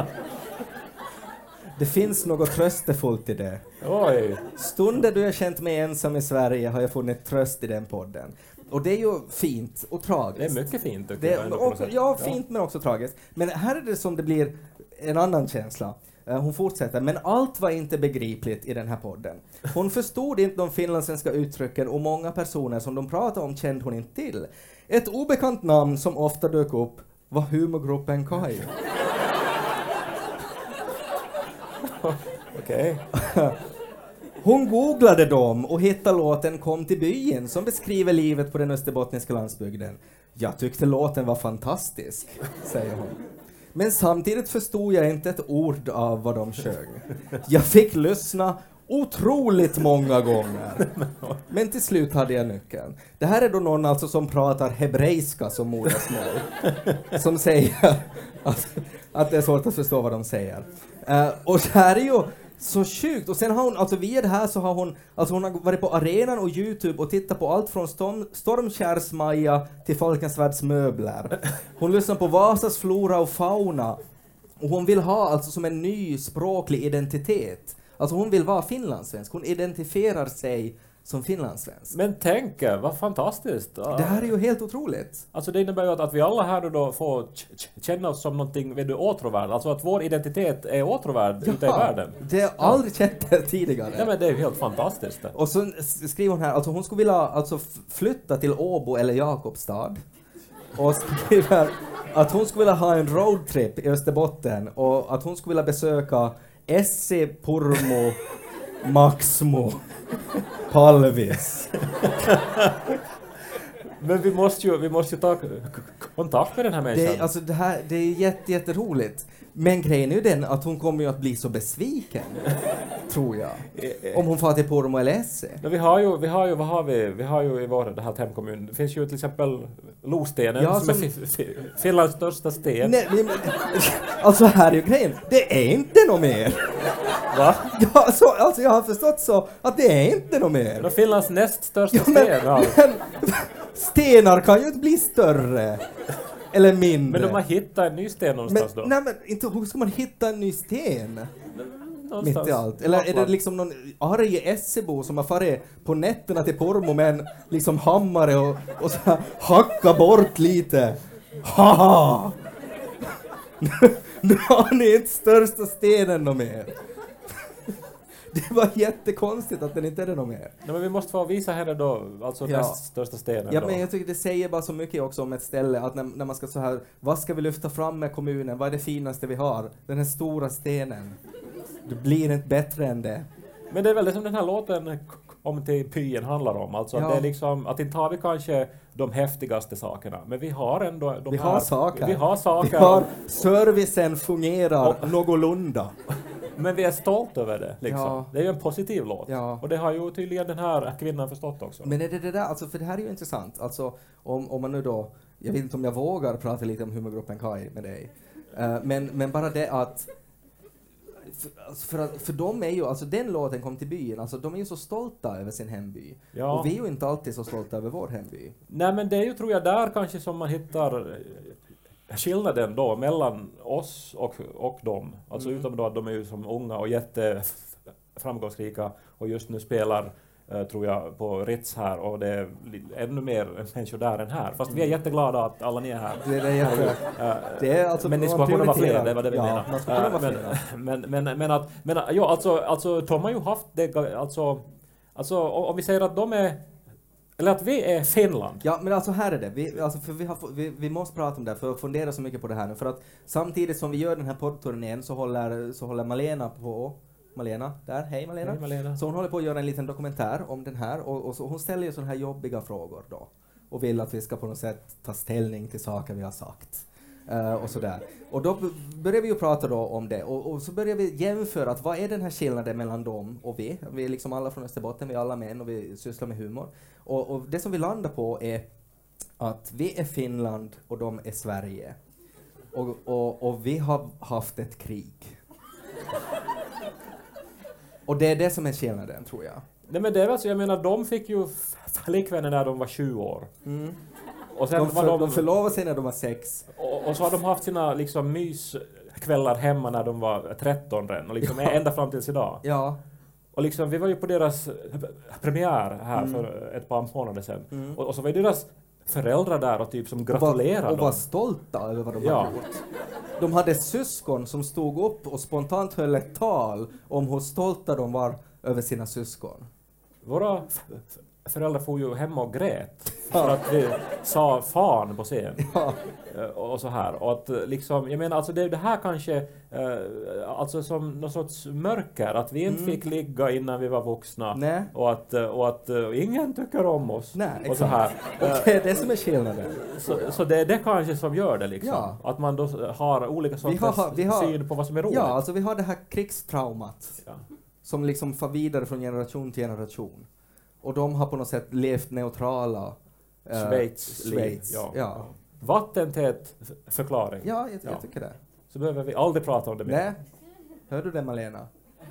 Det finns något tröstefullt i det. Oj. Stunder du har känt mig ensam i Sverige har jag funnit tröst i den podden. Och det är ju fint och tragiskt. Det är mycket fint tycker Det, jag ändå på något och, sätt. ja, fint men också tragiskt. Men här är det som det blir en annan känsla. Uh, hon fortsätter, men allt var inte begripligt i den här podden. Hon förstod inte de finlandssvenska uttrycken och många personer som de pratade om kände hon inte till. Ett obekant namn som ofta dök upp var humorgruppen Kaj. Okej. Hon googlade dem och hittade låten Kom till byn som beskriver livet på den österbottniska landsbygden. Jag tyckte låten var fantastisk, säger hon. Men samtidigt förstod jag inte ett ord av vad de sjöng. Jag fick lyssna otroligt många gånger. Men till slut hade jag nyckeln. Det här är då någon alltså som pratar hebreiska som modersmål. Som säger att, att det är svårt att förstå vad de säger. Uh, och det här är ju så sjukt. Och sen har hon, alltså via det här så har hon, alltså hon har varit på arenan och YouTube och tittat på allt från Storm, Stormkärsmaja till Falkensvärds möbler. Hon lyssnar på Vasas flora och fauna. Och hon vill ha alltså som en ny språklig identitet. Alltså hon vill vara finlandssvensk. Hon identifierar sig som finlandssvensk. Men tänk, vad fantastiskt. Det här är ju helt otroligt. Alltså det innebär ju att, att vi alla här då får k- känna oss som någonting vet du, åtråvärd. Alltså att vår identitet är åtråvärd ute i världen. Det har jag aldrig känt det tidigare. Ja men det är ju helt fantastiskt. Det. Och så skriver hon här, alltså hon skulle vilja alltså f- flytta till Åbo eller Jakobstad. Och skriver att hon skulle vilja ha en roadtrip i Österbotten och att hon skulle vilja besöka Essi, Purmo, Maxmo, Palvis. Men vi måste ju, vi måste ju ta k- k- kontakt med den här människan. Det, alltså det här, det är jätte, jätteroligt. Men grejen är ju den att hon kommer ju att bli så besviken, tror jag. Om hon får till Purmo eller Essi. Ja, vi har ju, vi har ju, vad har vi? Vi har ju i vår det här hemkommun. Det finns ju till exempel Lostenen Ja, som, är som- fi- fi- Finlands största sten. Nej, nej, men, alltså här är ju grejen. Det är inte något mer. Va? Ja, så, alltså jag har förstått så att det är inte något mer. Det är Finlands näst största Ja, men, sten. Ja. men stenar kan ju inte bli större. Eller mindre. Men de har hittat en ny sten någonstans men, då. nej, men inte, hur ska man hitta en ny sten? Någonstans. Mitt i allt. Eller är det liksom någon arg Essebo som har farit på nätterna till Pormo med en liksom hammare och, och så här hacka bort lite. Haha! Nu har ni inte största stenen något mer. Det var jättekonstigt att den inte är det något mer. Nej, men vi måste få visa henne då, alltså Ja. näst största stenen Ja, då. men jag tycker det säger bara så mycket också om ett ställe att när, när man ska så här, vad ska vi lyfta fram med kommunen? Vad är det finaste vi har? Den här stora stenen. Det blir inte bättre än det. Men det är väl det som den här låten om till pyen handlar om. Alltså Ja. att det är liksom, att inte har vi kanske de häftigaste sakerna, men vi har ändå de Vi här... har saker. Vi har saker. Vi har, servicen fungerar Och- någorlunda. Men vi är stolta över det liksom. Ja. Det är ju en positiv låt. Ja. Och det har ju tydligen den här kvinnan förstått också. Men är det det där, alltså för det här är ju intressant. Alltså om, om man nu då, jag vet inte om jag vågar prata lite om humorgruppen Kaj med dig. Uh, men, men bara det att för, alltså för, att, för de är ju, alltså den låten Kom till byn, alltså de är ju så stolta över sin hemby. Ja. Och vi är ju inte alltid så stolta över vår hemby. Nej, men det är ju, tror jag, där kanske som man hittar eh, skillnaden då mellan oss och, och dem. Alltså Mm. utom då att de är ju som unga och jätteframgångsrika och just nu spelar eh, tror jag på Ritz här och det är li- ännu mer människor där än här. Fast vi är jätteglada att alla ni är här. Det är, jätte, Eh, det är alltså men ni ska man kunna vara fler, prioriterar. det var det vi Ja, menade. man ska kunna vara men, fler. men, men, men att, men ja, alltså, alltså de har ju haft det, alltså, alltså om om vi säger att de är, eller att vi är Finland. Ja, men alltså här är det. Vi, alltså för vi, har, få- vi, vi måste prata om det för att fundera så mycket på det här nu. För att samtidigt som vi gör den här poddturnén så håller, så håller Malena på. Malena, där. Hej Malena. Hej, Malena. Så hon håller på att göra en liten dokumentär om den här. Och, och så, hon ställer ju sådana här jobbiga frågor då. Och vill att vi ska på något sätt ta ställning till saker vi har sagt. Uh, och sådär. Och då b- börjar vi ju prata då om det. Och, och så börjar vi jämföra att vad är den här skillnaden mellan dem och vi. Vi är liksom alla från Österbotten, vi är alla män och vi sysslar med humor. Och, och det som vi landar på är att vi är Finland och de är Sverige. Och, och, och vi har haft ett krig. Och det är det som är skillnaden, tror jag. Nej men det är väl så, jag menar de fick ju flickvänner när de var tjugo år. Mm. Och sen De, var för, de, de förlovade sig när de var sex. och, och så har de haft sina liksom myskvällar hemma när de var tretton redan och liksom ända fram tills idag. Ja. Och liksom vi var ju på deras premiär här Mm. för ett par månader sedan. Mm. Och, och så var ju deras föräldrar där och typ som Och var, gratulerade och var dem. stolta över vad de Ja. hade gjort. De hade syskon som stod upp och spontant höll ett tal om hur stolta de var över sina syskon. Våra f- f- föräldrar får ju hem och grät för att vi sa fan på scen. Ja. Eh, och så här. Och att eh, liksom, jag menar alltså det, det här kanske eh, alltså som någon sorts mörker att vi inte Mm. fick ligga innan vi var vuxna. Nej. Och att, eh, och att eh, ingen tycker om oss. Nej, och så här. Och Eh, det är det som är skillnaden. så, så det är det kanske som gör det liksom. Ja. Att man då har olika sorters har- vi har- syn på vad som är roligt. Ja, alltså vi har det här krigstraumat Ja. som liksom far vidare från generation till generation. Och de har på något sätt levt neutrala. eh, Schweiz. Schweiz. Ja. Ja. Vattentät f- förklaring. Ja, jag, Ja. jag tycker det. Så behöver vi aldrig prata om det mer. Nej. Hör du det, Malena?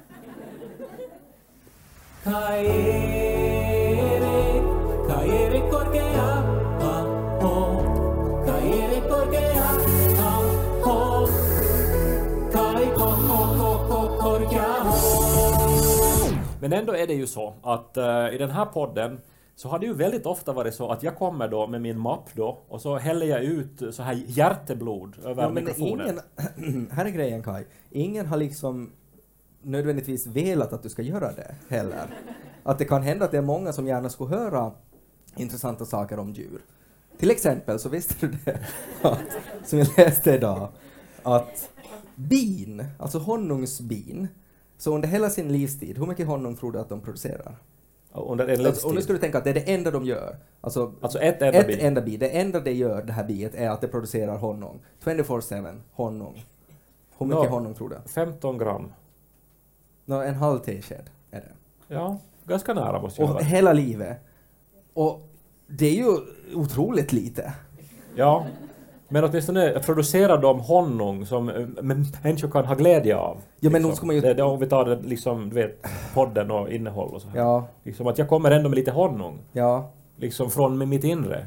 Men ändå är det ju så att eh, i den här podden så har det ju väldigt ofta varit så att jag kommer då med min mapp då och så häller jag ut så här hjärteblod över Ja, men mikrofonen. ingen, här är grejen, Kai. Ingen har liksom nödvändigtvis velat att du ska göra det heller. Att det kan hända att det är många som gärna skulle höra intressanta saker om djur. Till exempel så visste du det, att, som jag läste idag, att bin, alltså honungsbin, så under hela sin livstid, hur mycket honung tror du att de producerar? Under en Alltså, och nu livstid. ska du tänka att det är det enda de gör. Alltså, Alltså ett enda ett bi. enda bi. Det enda det gör, det här biet, är att det producerar honung. tjugofyra sju honung. Hur mycket Ja. honung tror du? femton gram. Nå, en halv tesked är det. Ja, ganska nära måste jag Och vara. hela livet. Och det är ju otroligt lite. Ja, men åtminstone producerar de honung som eh, m- människor kan ha glädje av. Ja, men liksom. nu ska man ju- det, det, om vi tar det liksom, du vet, podden och innehåll och så här. Ja, Liksom att jag kommer ändå med lite honung. ja. Liksom från mitt inre.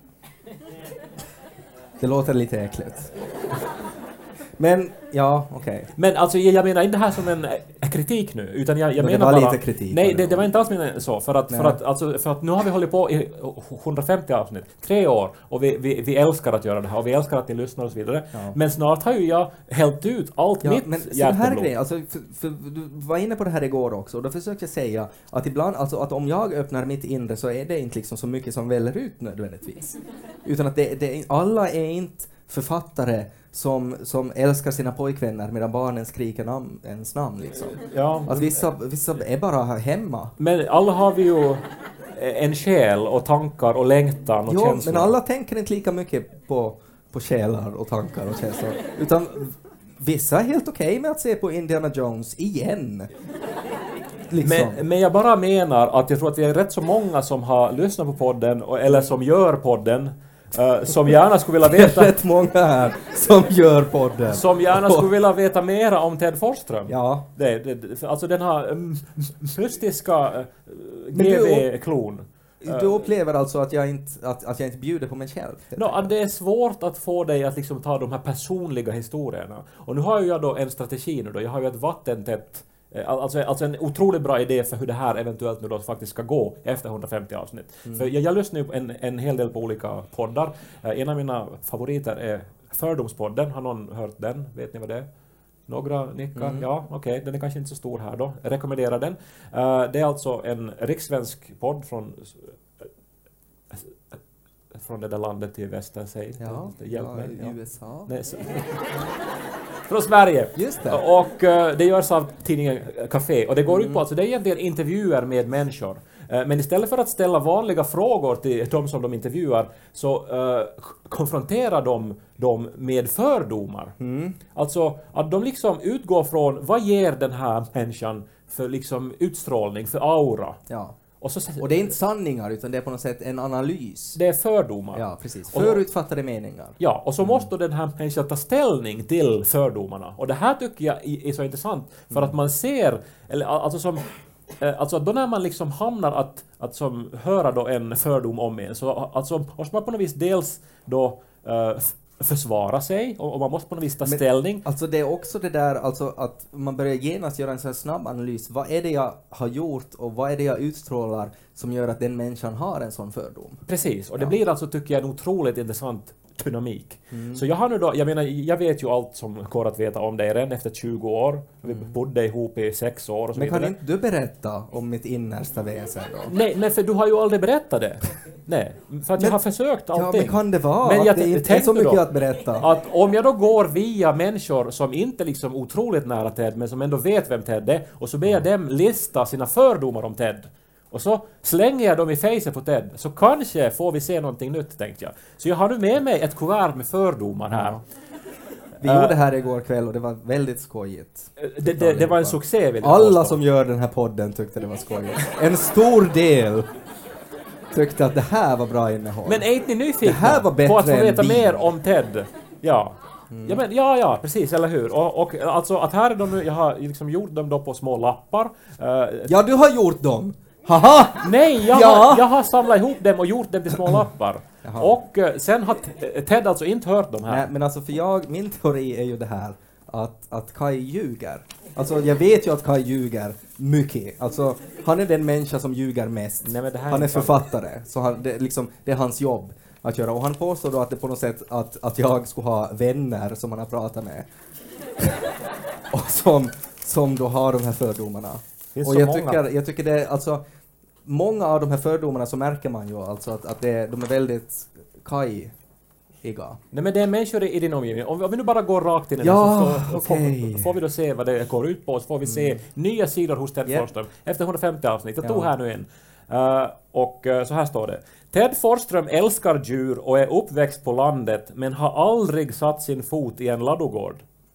Det låter lite äckligt. Men, ja, okej. Men alltså jag jag menar inte det här som en eh, kritik nu, utan jag, jag Men det menar var bara... lite kritik, Nej, var det det, det nog. var inte alls menat så, för att, för, Nej. att, alltså, för att nu har vi hållit på i hundrafemtio avsnitt, tre år, och vi, vi, vi älskar att göra det här, och vi älskar att ni lyssnar och så vidare. Ja. Men snart har ju jag hällt ut allt Ja, mitt men så här är hjärteblod. grejen, alltså, för, för, du var inne på det här igår också, och då försökte jag säga att ibland, alltså att om jag öppnar mitt inre så är det inte liksom så mycket som väller ut nödvändigtvis. Utan att det, det, alla är inte författare som, som älskar sina pojkvänner medan barnen skriker nam, ens namn liksom. Ja, Att vissa, vissa är bara hemma. men alla har vi ju en själ och tankar och längtan och Jo, känslor. men alla tänker inte lika mycket på, på själar och tankar och känslor. Utan vissa är helt okej med att se på Indiana Jones igen. Liksom. Men, men jag bara menar att jag tror att vi är rätt så många som har lyssnat på podden, och, eller som gör podden, eh, som gärna skulle vilja Det är veta rätt många här som gör podden. som gärna skulle vilja veta mera om Ted Forsström. Ja. Det, det, för alltså den här mm, mystiska uh, Men du- G V-klon. Du upplever alltså att jag inte, att, att jag inte bjuder på mig själv? No, att det är svårt att få dig att liksom ta de här personliga historierna. Och nu har ju jag då en strategi nu då. Jag har ju ett vattentätt, eh, alltså, alltså en otroligt bra idé för hur det här eventuellt nu då faktiskt ska gå efter hundrafemtio avsnitt. Mm. För jag, jag lyssnar ju på en, en hel del på olika poddar. Eh, en av mina favoriter är Fördomspodden. Har någon hört den? Vet ni vad det är? Några nickar? Mm. Ja, okej. Okay. Den är kanske inte så stor här då. Jag rekommenderar den. Uh, det är alltså en rikssvensk podd från från det där landet i väster, säg. Ja, Hjälp ja, mig. Ja. U S A. Nej, så. Från Sverige. Just det. Och uh, det görs av tidningen Café. Och det går Mm. ut på, alltså det är egentligen intervjuer med människor. Uh, men istället för att ställa vanliga frågor till de som de intervjuar så uh, konfronterar de dem med fördomar. Mm. Alltså att de liksom utgår från vad ger den här människan för liksom utstrålning, för aura. Ja. Och, så, Och det är inte sanningar utan det är på något sätt en analys. det är fördomar. Ja, precis. Och- Förutfattade meningar. Ja, och så måste den här människan ta ställning till fördomarna. Och det här tycker jag är är så intressant, för att man ser, eller alltså som eh, alltså då när man liksom hamnar att, att som höra då en fördom om en, så alltså måste man på något vis dels då eh, försvara sig och, och man måste på något vis ta Men, ställning. Alltså det är också det där alltså att man börjar genast göra en sån här snabb analys. Vad är det jag har gjort och vad är det jag utstrålar som gör att den människan har en sån fördom? Precis, och det Ja. blir alltså tycker jag en otroligt intressant dynamik. Mm. Så jag har nu då, jag menar, jag vet ju allt som går att veta om dig redan efter tjugo år. Vi Mm. bodde ihop i sex år och så Men vidare. kan inte du berätta om mitt innersta väsen då? Nej, nej, för du har ju aldrig berättat det. Nej, för att jag Men- har försökt Ja, allting. men kan det vara Men att jag det t- inte är tänkte så mycket då att berätta? Att om jag då går via människor som inte liksom otroligt nära Ted, men som ändå vet vem Ted är, och så ber jag dem lista sina fördomar om Ted. Och så slänger jag dem i facet på Ted, så kanske får vi se någonting nytt, tänkte jag. Så jag har nu med mig ett kuvert med fördomar här. Vi Uh, gjorde det här igår kväll och det var väldigt skojigt. Det, det, det var en succé, vill jag Alla påstå. som gör den här podden tyckte det var skojigt. En stor del tyckte att det här var bra innehåll. Men är inte ni nyfikna Det här var bättre på att få än veta vi. mer om Ted? Ja. Ja, men, ja, ja, precis, eller hur? Och, och alltså att här är de nu, jag har liksom gjort dem då på små lappar. Uh, Ja, du har gjort dem! Haha! Nej, jag, Ja. har, jag har samlat ihop dem och gjort dem till små lappar. Jaha. Och uh, sen har T- Ted alltså inte hört de här. Nej, men alltså för jag, min teori är ju det här att, att Kai ljuger. Alltså jag vet ju att Kai ljuger mycket. Alltså han är den människa som ljuger mest. Nej, men det här Han är inte sant. författare, så han, det, liksom, det är hans jobb att göra. Och han påstår då att det på något sätt att, att jag skulle ha vänner som han har pratat med. Och som, som då har de här fördomarna. Finns Och så jag många. tycker, jag tycker det är alltså många av de här fördomarna så märker man ju alltså att, att det, de är väldigt Kai-iga. Nej, men det är människor i, i din omgivning. Om vi, om vi nu bara går rakt in i Ja, den så får, okej. får, får vi då se vad det går ut på. Så får vi se nya sidor hos Ted Yep. Forsström efter hundrafemtio avsnitt. Jag Ja. tog här nu in. Uh, och uh, så här står det. Ted Forsström älskar djur och är uppväxt på landet men har aldrig satt sin fot i en ladugård.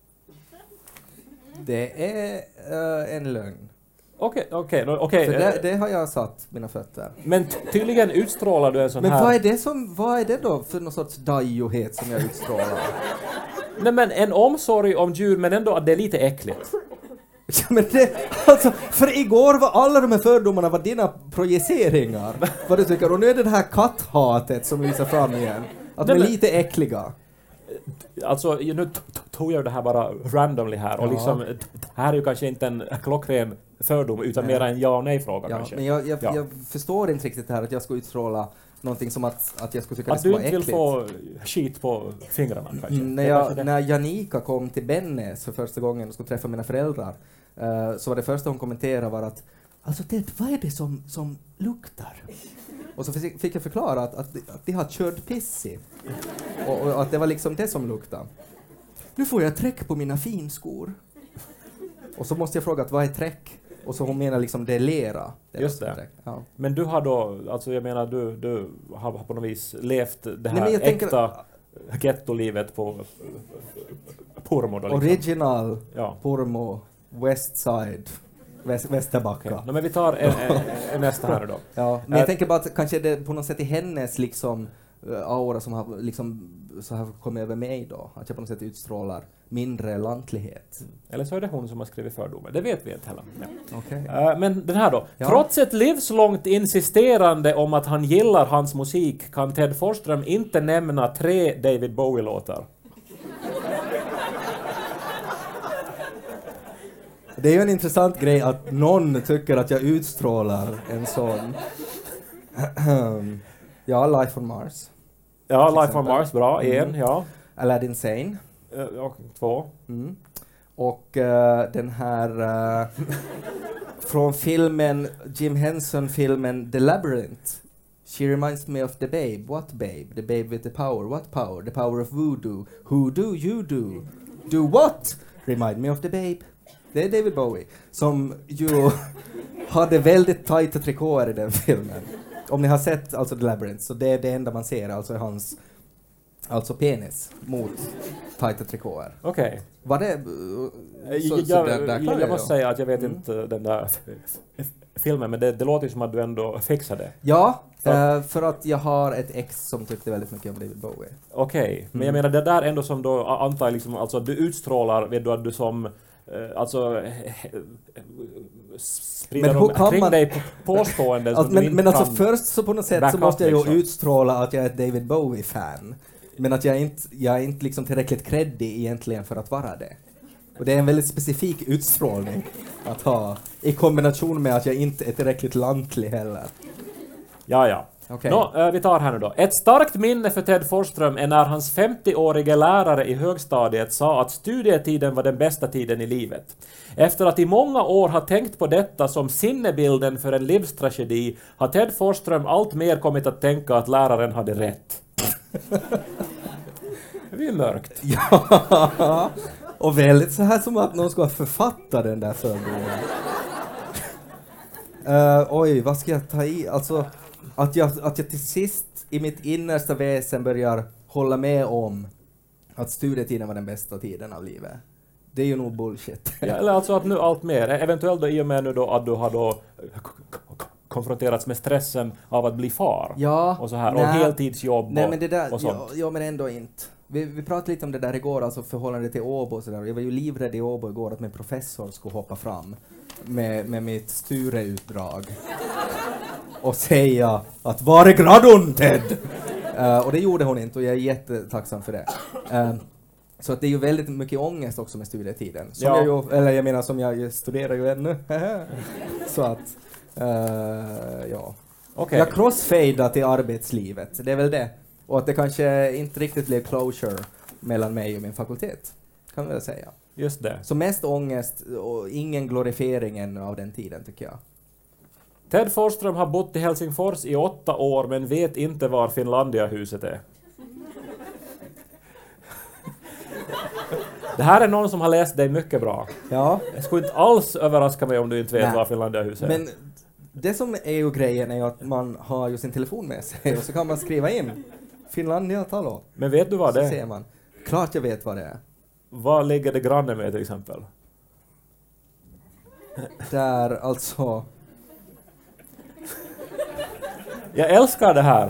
Det är eh, en lögn. Okej, okej, då- okej. För eh, det, det har jag satt mina fötter. Men t- tydligen utstrålar du en sån Men här... vad är det som, vad är det då för någon sorts dajohet som jag utstrålar? Nej, men en omsorg om djur, men ändå att det är lite äckligt. Ja, men det, alltså, för igår var alla de här fördomarna var dina projiceringar. Vad du tycker. Och nu är det det här katthatet som visar fram igen. Att de Nej, är men- lite äckliga. Alltså, ju- nu t- t- tog jag det här bara randomly här. Och Ja. liksom, t- här är ju kanske inte en klockren fördom, utan Nej. mer en ja och nej-fråga Ja, kanske. men jag, jag, Ja. jag förstår inte riktigt det här att jag ska utstråla någonting som att, att jag skulle tycka Att det du skulle inte vara vill äckligt. få skit på fingrarna kanske. Mm, när, Det är kanske jag, det. när Janika kom till Bennes för första gången och skulle träffa mina föräldrar eh, så var det första hon kommenterade var att alltså Ted, vad är det som, som luktar? Och så fick fick jag förklara att, att, de- att de har kört piss i. Och, och att det var liksom det som luktade. Nu får jag träck på mina finskor. Och så måste jag fråga att vad är träck? Och så hon menar liksom det är lera. Det är Just vad som det. är träck. Ja. Men du har då, alltså jag menar du, du har på något vis levt det Nej, här men jag tänker- äkta gettolivet på Pormo då liksom. Original Ja. Pormo West Side Väst, Västerbacka. Okej. No, men vi tar en, en, en nästa här nu då. Ja, men Äh, jag tänker bara att kanske det på något sätt är hennes liksom uh, aura som har liksom så har kommit över mig då. Att jag på något sätt utstrålar mindre lantlighet. Eller så är det hon som har skrivit fördomar. Det vet vi inte heller. Ja. Okej. Eh, men den här då. Ja. Trots ett livslångt insisterande om att han gillar hans musik kan Ted Forsström inte nämna tre David Bowie-låtar. Det är ju en intressant grej att någon tycker att jag utstrålar en sån. Ja, Life on Mars. Ja, Till Life on exempel. Mars, bra. En, Mm. ja. Aladdin Sane. Eh, och två. Mm. Och eh, den här eh, från filmen, Jim Henson-filmen The Labyrinth. She reminds me of the babe. What babe? The babe with the power. What power? The power of voodoo. Who do you do? Do what? Remind me of the babe. Det är David Bowie som ju hade väldigt tajta trikåer i den filmen. Om ni har sett alltså The Labyrinth så det är det enda man ser, alltså är hans alltså penis mot tajta trikåer. Okej. Var det... Eh, Så, Jag, så jag, där, där jag, klarar jag måste jag. säga att jag vet Mm. inte den där f- f- filmen, men det, det låter ju som att du ändå fixade. Ja, Så- eh, för att jag har ett ex som tyckte väldigt mycket om David Bowie. Okej, men jag Mm. menar det där ändå som då a- antar liksom, alltså att du utstrålar, vet du att du som, eh, alltså he- he- sprider Men hur de kan kring man- dig på- påståenden Alltså, som du men inte men alltså kan först så på något sätt back så måste up, jag ju liksom. utstråla att jag är ett David Bowie-fan. Men att jag inte, jag är inte liksom tillräckligt creddig egentligen för att vara det. Och det är en väldigt specifik utstrålning att ha, i kombination med att jag inte är tillräckligt lantlig heller. Ja, ja. Okej. Nå, eh, vi tar här nu då. Ett starkt minne för Ted Forsström är när hans femtioårige lärare i högstadiet sa att studietiden var den bästa tiden i livet. Efter att i många år ha tänkt på detta som sinnebilden för en livstragedi har Ted Forsström allt mer kommit att tänka att läraren hade rätt. Det är ju mörkt. Ja, och väldigt så här som att någon ska författa den där fördomen. Uh, oj, vad ska jag ta i? Alltså, att jag, att jag till sist i mitt innersta väsen börjar hålla med om att studietiden var den bästa tiden av livet. Det är ju nog bullshit. Ja, eller alltså att nu allt mer, eventuellt då i och med nu då att du har då konfronterats med stressen av att bli far. Ja, och så här, nej. och heltidsjobb Nej, och, men det där, och sånt. ja, ja, men ändå inte. Vi, vi pratade lite om det där igår, alltså förhållande till Åbo och sådär. Jag var ju livrädd i Åbo igår att min professor skulle hoppa fram med, med mitt Sture-utdrag och säga att var är gradon, Ted? Uh, och det gjorde hon inte och jag är jättetacksam för det. Uh, så att det är ju väldigt mycket ångest också med studietiden. Som Ja. jag ju, eller jag menar som jag, jag studerar ju ännu. Så att, uh, ja. Okej. Jag crossfadar till arbetslivet, det är väl det. Och att det kanske inte riktigt blev closure mellan mig och min fakultet, kan man väl säga. Just det. Så mest ångest och ingen glorifiering ännu av den tiden, tycker jag. Ted Forsström har bott i Helsingfors i åtta år men vet inte var Finlandia-huset är. Det här är någon som har läst dig mycket bra. Ja, Jag skulle inte alls överraska mig om du inte vet Nej. var Finlandia-huset är. men det som är ju grejen är ju att man har ju sin telefon med sig och så kan man skriva in Finlandia, talo. Men vet du vad Så det är? ser man. Klart jag vet vad det är. Vad ligger det granne med till exempel? Där alltså... Jag älskar det här.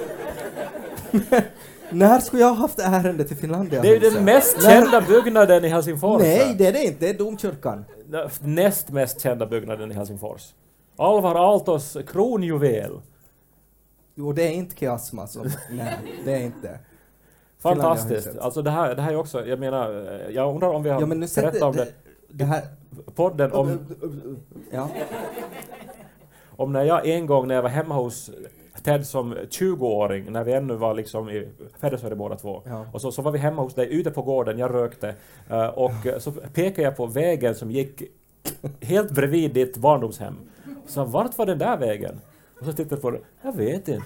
När skulle jag ha haft ärende till Finlandia? Det är ju den mest När- kända byggnaden i Helsingfors. Nej, det är det inte. Det är domkyrkan. Näst mest kända byggnaden i Helsingfors. Alvar Aaltos kronjuvel. Jo, det är inte Kiasma som... Nej, det är inte. Fantastiskt. Finlandia-huset. Alltså det här, det här är också, jag menar, jag undrar om vi har Ja, men nu berättat sätter om det. det, det här... Podden om, Ja. om när jag en gång när jag var hemma hos Ted som tjugoåring, när vi ännu var liksom i Federsverige båda två. Ja. Och så, så var vi hemma hos dig ute på gården, jag rökte. Uh, och uh, så pekade jag på vägen som gick helt bredvid ditt barndomshem. Så vart var den där vägen? Och så tittade jag på det, jag vet inte.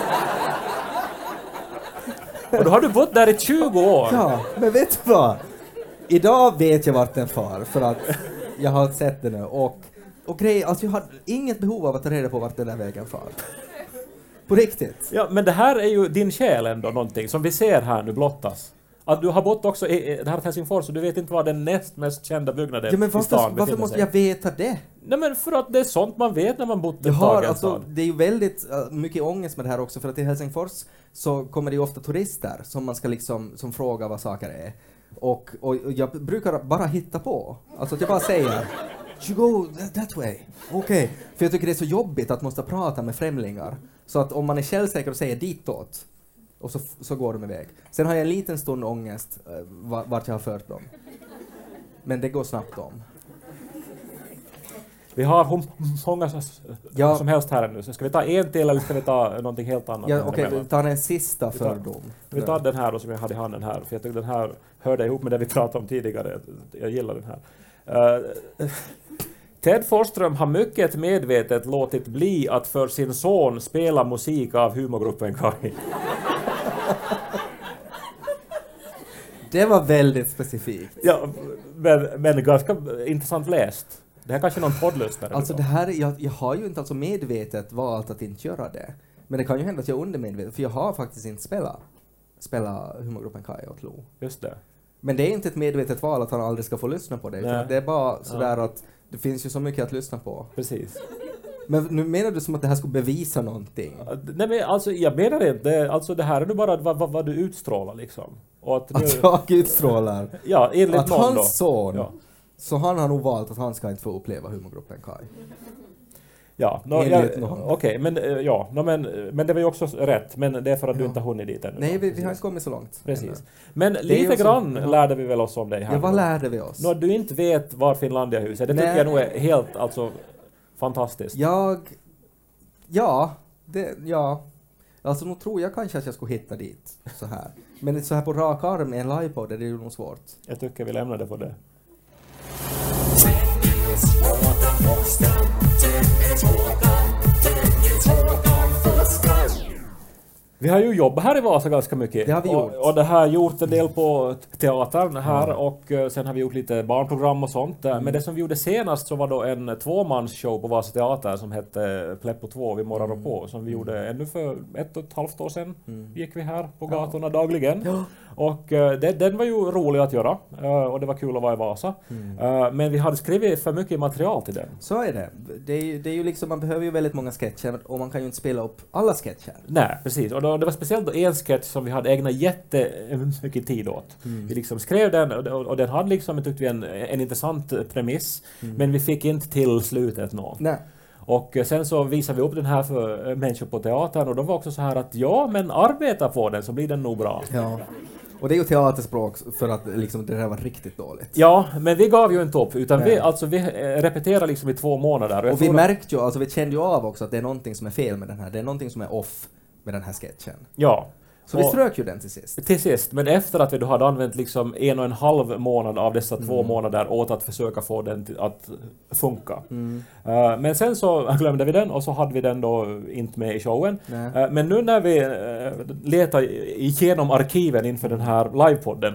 Och då har du bott där i tjugo år. Ja, men vet du vad? Idag vet jag vart den far, för att jag har sett den nu. Och, och grej, alltså jag har inget behov av att ta reda på vart den där vägen far. På riktigt. Ja, men det här är ju din själ ändå någonting som vi ser här nu blottas. Att du har bott också i, i det här Helsingfors och du vet inte vad den näst mest kända byggnaden Ja, men i stan varför, befinner varför måste sig. jag veta det? Nej, men för att det är sånt man vet när man bott Jag ett har, tag i en alltså, stad. det är ju väldigt uh, mycket ångest med det här också, för att i Helsingfors så kommer det ju ofta turister som man ska liksom, som frågar vad saker är. Och, och, och jag brukar bara hitta på. Alltså att jag bara säger you go that, that way. Okej. Okay. För jag tycker det är så jobbigt att måste prata med främlingar. Så att om man är självsäker och säger ditåt, och så, så går de iväg. Sen har jag en liten stund ångest uh, vart jag har fört dem. Men det går snabbt om. Vi har hum- många s- Ja. som helst här nu. Så ska vi ta en till eller ska vi ta någonting helt annat? Ja, här Okej, emellan? vi tar en sista Vi tar- fördom. Vi tar den här då som jag hade i handen här. För jag tycker den här hörde ihop med det vi pratade om tidigare. Jag gillar den här. Uh, Ted Forsström har mycket medvetet låtit bli att för sin son spela musik av humorgruppen Kai. Det var väldigt specifikt. Ja, men, men ganska intressant läst. Det här kanske är någon poddlyssnare. Alltså det här, jag, jag har ju inte alltså medvetet valt att inte göra det. Men det kan ju hända att jag är undermedvetet, för jag har faktiskt inte spelat spela humorgruppen Kai åt Lo. Just det. Men det är inte ett medvetet val att han aldrig ska få lyssna på det. Nej. Utan det är bara sådär att det finns ju så mycket att lyssna på. Precis. Men nu menar du som att det här skulle bevisa någonting? Nej, men alltså, jag menar inte. Alltså det här är nu bara vad, vad, vad du utstrålar liksom. Och att, nu, Att jag utstrålar? ja, enligt Att någon hans då. son Ja. Så han har nog valt att han ska inte få uppleva humorgruppen Kai. Ja, no, Enligt ja, någon. okej, men eh, ja, no, men, men det var ju också rätt, men det är för att du Ja. inte har hunnit dit ännu. Nej, då. vi, vi har inte kommit så långt. Precis. Men är lite ju också- grann ja. lärde vi väl oss om dig här. Ja, vad nu. lärde vi oss? Nå, du inte vet var Finlandiahus är, det Nej. tycker jag nog är helt alltså fantastiskt. Jag... Ja, det... Ja. Alltså nu tror jag kanske att jag skulle hitta dit så här. Men så här på rak arm i en livepodd är det ju nog svårt. Jag tycker vi lämnar det för det. Vi har ju jobbat här i Vasa ganska mycket. Det har vi gjort. Och, och det har gjort en del på teatern här och uh, sen har vi gjort lite barnprogram och sånt. Mm. Men det som vi gjorde senast så var då en tvåmansshow på Vasa teater som hette Pleppo två, Vi morrar och på, som vi gjorde ännu för ett och ett halvt år sedan. Mm. Gick vi här på gatorna dagligen. Ja. Och uh, det, den var ju rolig att göra uh, och det var kul att vara i Vasa. Mm. Uh, men vi hade skrivit för mycket material till den. Så är det. Det är, ju, det är ju liksom, man behöver ju väldigt många sketcher och man kan ju inte spela upp alla sketcher. Nej, precis. Och då, det var speciellt då en sketch som vi hade ägnat jättemycket tid åt. Mm. Vi liksom skrev den och, och, och den hade liksom, tyckte vi, en, en intressant premiss. Mm. Men vi fick inte till slutet nå. Nej. Och eh, sen så visade vi upp den här för eh, människor på teatern och de var också så här att ja, men arbeta på den så blir den nog bra. Ja. Och det är ju teaterspråk för att liksom, det där var riktigt dåligt. Ja, men vi gav ju inte upp utan Nej. vi, alltså, vi eh, repeterade liksom i två månader. jag Och vi tror att- märkte ju, alltså vi kände ju av också att det är någonting som är fel med den här. Det är någonting som är off med den här sketchen. Ja. Så vi Och- strök ju den till sist. Till sist, men efter att vi då hade använt liksom en och en halv månad av dessa Mm. två månader åt att försöka få den till att funka. Mm. Uh, men sen så glömde vi den och så hade vi den då inte med i showen. Nej. Uh, men nu när vi uh, letar igenom arkiven inför den här livepodden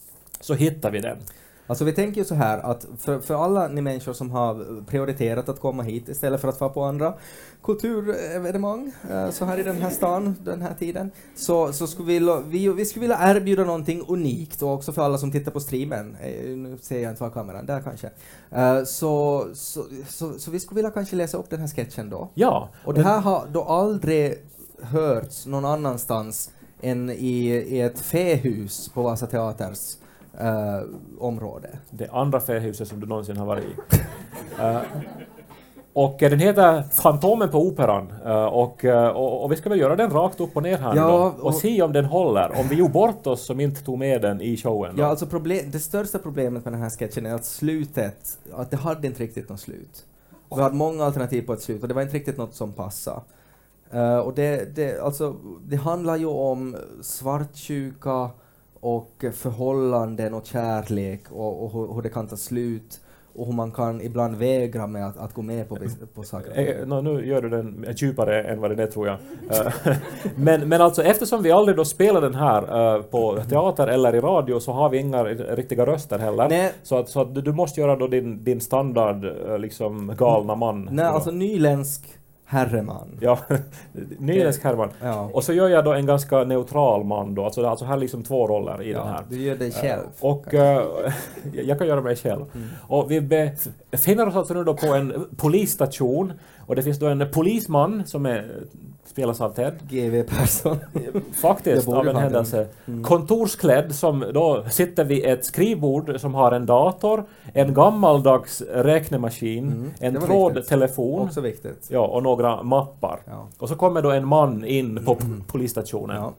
så hittar vi den. Alltså vi tänker ju så här att för, för alla ni människor som har prioriterat att komma hit istället för att vara på andra kulturevenemang eh, så här i den här stan, den här tiden, så, så skulle vi, lo- vi, vi skulle vilja erbjuda någonting unikt och också för alla som tittar på streamen. Eh, Nu ser jag inte var kameran, där kanske. Eh, Så, så, så, så vi skulle vilja kanske läsa upp den här sketchen då. Ja, Och det här har då aldrig hörts någon annanstans än i, i ett fähus på Vasa Teaters eh, område. det andra fähuset som du någonsin har varit i. Uh, och eh, den heter Fantomen på Operan uh, och, uh, och, och vi ska väl göra den rakt upp och ner här Ja, nu då, och, och- se om den håller. Om vi gjorde bort oss som inte tog med den i showen. Då. Ja, alltså problem, det största problemet med den här sketchen är att slutet, att det hade inte riktigt något slut. Vi hade många alternativ på ett slut och det var inte riktigt något som passade. Uh, och det, det, alltså, det handlar ju om svartsjuka och förhållanden och kärlek och, och hur, hur det kan ta slut och hur man kan ibland vägra med att, att gå med på, bis- på saker. Eh, no, nu gör du den djupare än vad den är, tror jag. Eh, men, men alltså eftersom vi aldrig då spelar den här eh, på teater eller i radio så har vi inga riktiga röster heller. Nej. Så att, så att du, du måste göra då din, din standard eh, liksom galna man. Nej, då. alltså nyländsk herreman. Ja, nyländsk Herman. Ja. Och så gör jag då en ganska neutral man då. Alltså, alltså här är liksom två roller i den här. Du gör dig själv. Och eh, jag kan göra mig själv. Och vi befinner oss alltså nu då på en polisstation och det finns då en polisman som är, spelas av Ted. G V Persson. Faktiskt, Jag borde av en ha den. händelse. Kontorsklädd som då sitter vid ett skrivbord som har en dator, en gammaldags räknemaskin, Mm, en det var trådtelefon Också viktigt. ja, och några mappar. Ja. Och så kommer då en man in på p- polisstationen. Ja.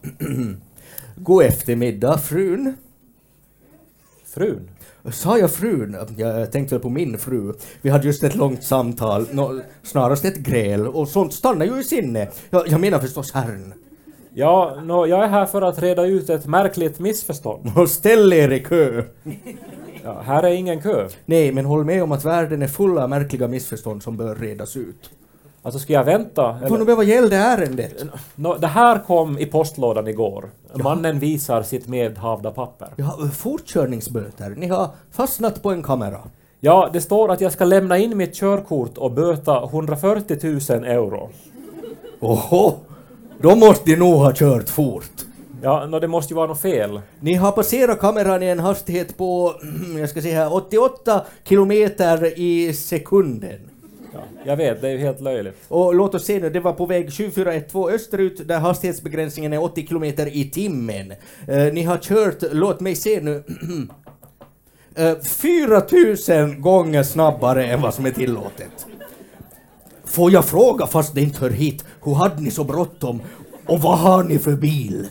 God eftermiddag, frun. Frun. Sa jag frun? Jag tänkte väl på min fru. Vi hade just ett långt samtal, nå, snarast ett gräl, och sånt stannar ju i sinne. Jag, jag menar förstås herrn. Ja, nå, jag är här för att reda ut ett märkligt missförstånd. Och ställ er i kö. Ja, här är ingen kö. Nej, men håll med om att världen är full av märkliga missförstånd som bör redas ut. Alltså ska jag vänta? Får nog vad gällde ärendet? Nå, det här kom i postlådan igår. Mannen visar sitt medhavda papper. Ja, fortkörningsböter. Ni har fastnat på en kamera. Ja, det står att jag ska lämna in mitt körkort och böta hundrafyrtio tusen euro. Oho, då måste ni nog ha kört fort. Ja, nå, det måste ju vara något fel. Ni har passerat kameran i en hastighet på, jag ska se här, åttioåtta kilometer i sekunden. Ja, jag vet, det är ju helt löjligt. Och låt oss se nu, det var på väg sju fyra ett två österut där hastighetsbegränsningen är åttio kilometer i timmen. Eh, ni har kört, låt mig se nu, Uh, fyra tusen gånger snabbare än vad som är tillåtet. Får jag fråga, fast det inte hör hit, hur hade ni så bråttom? Och vad har ni för bil?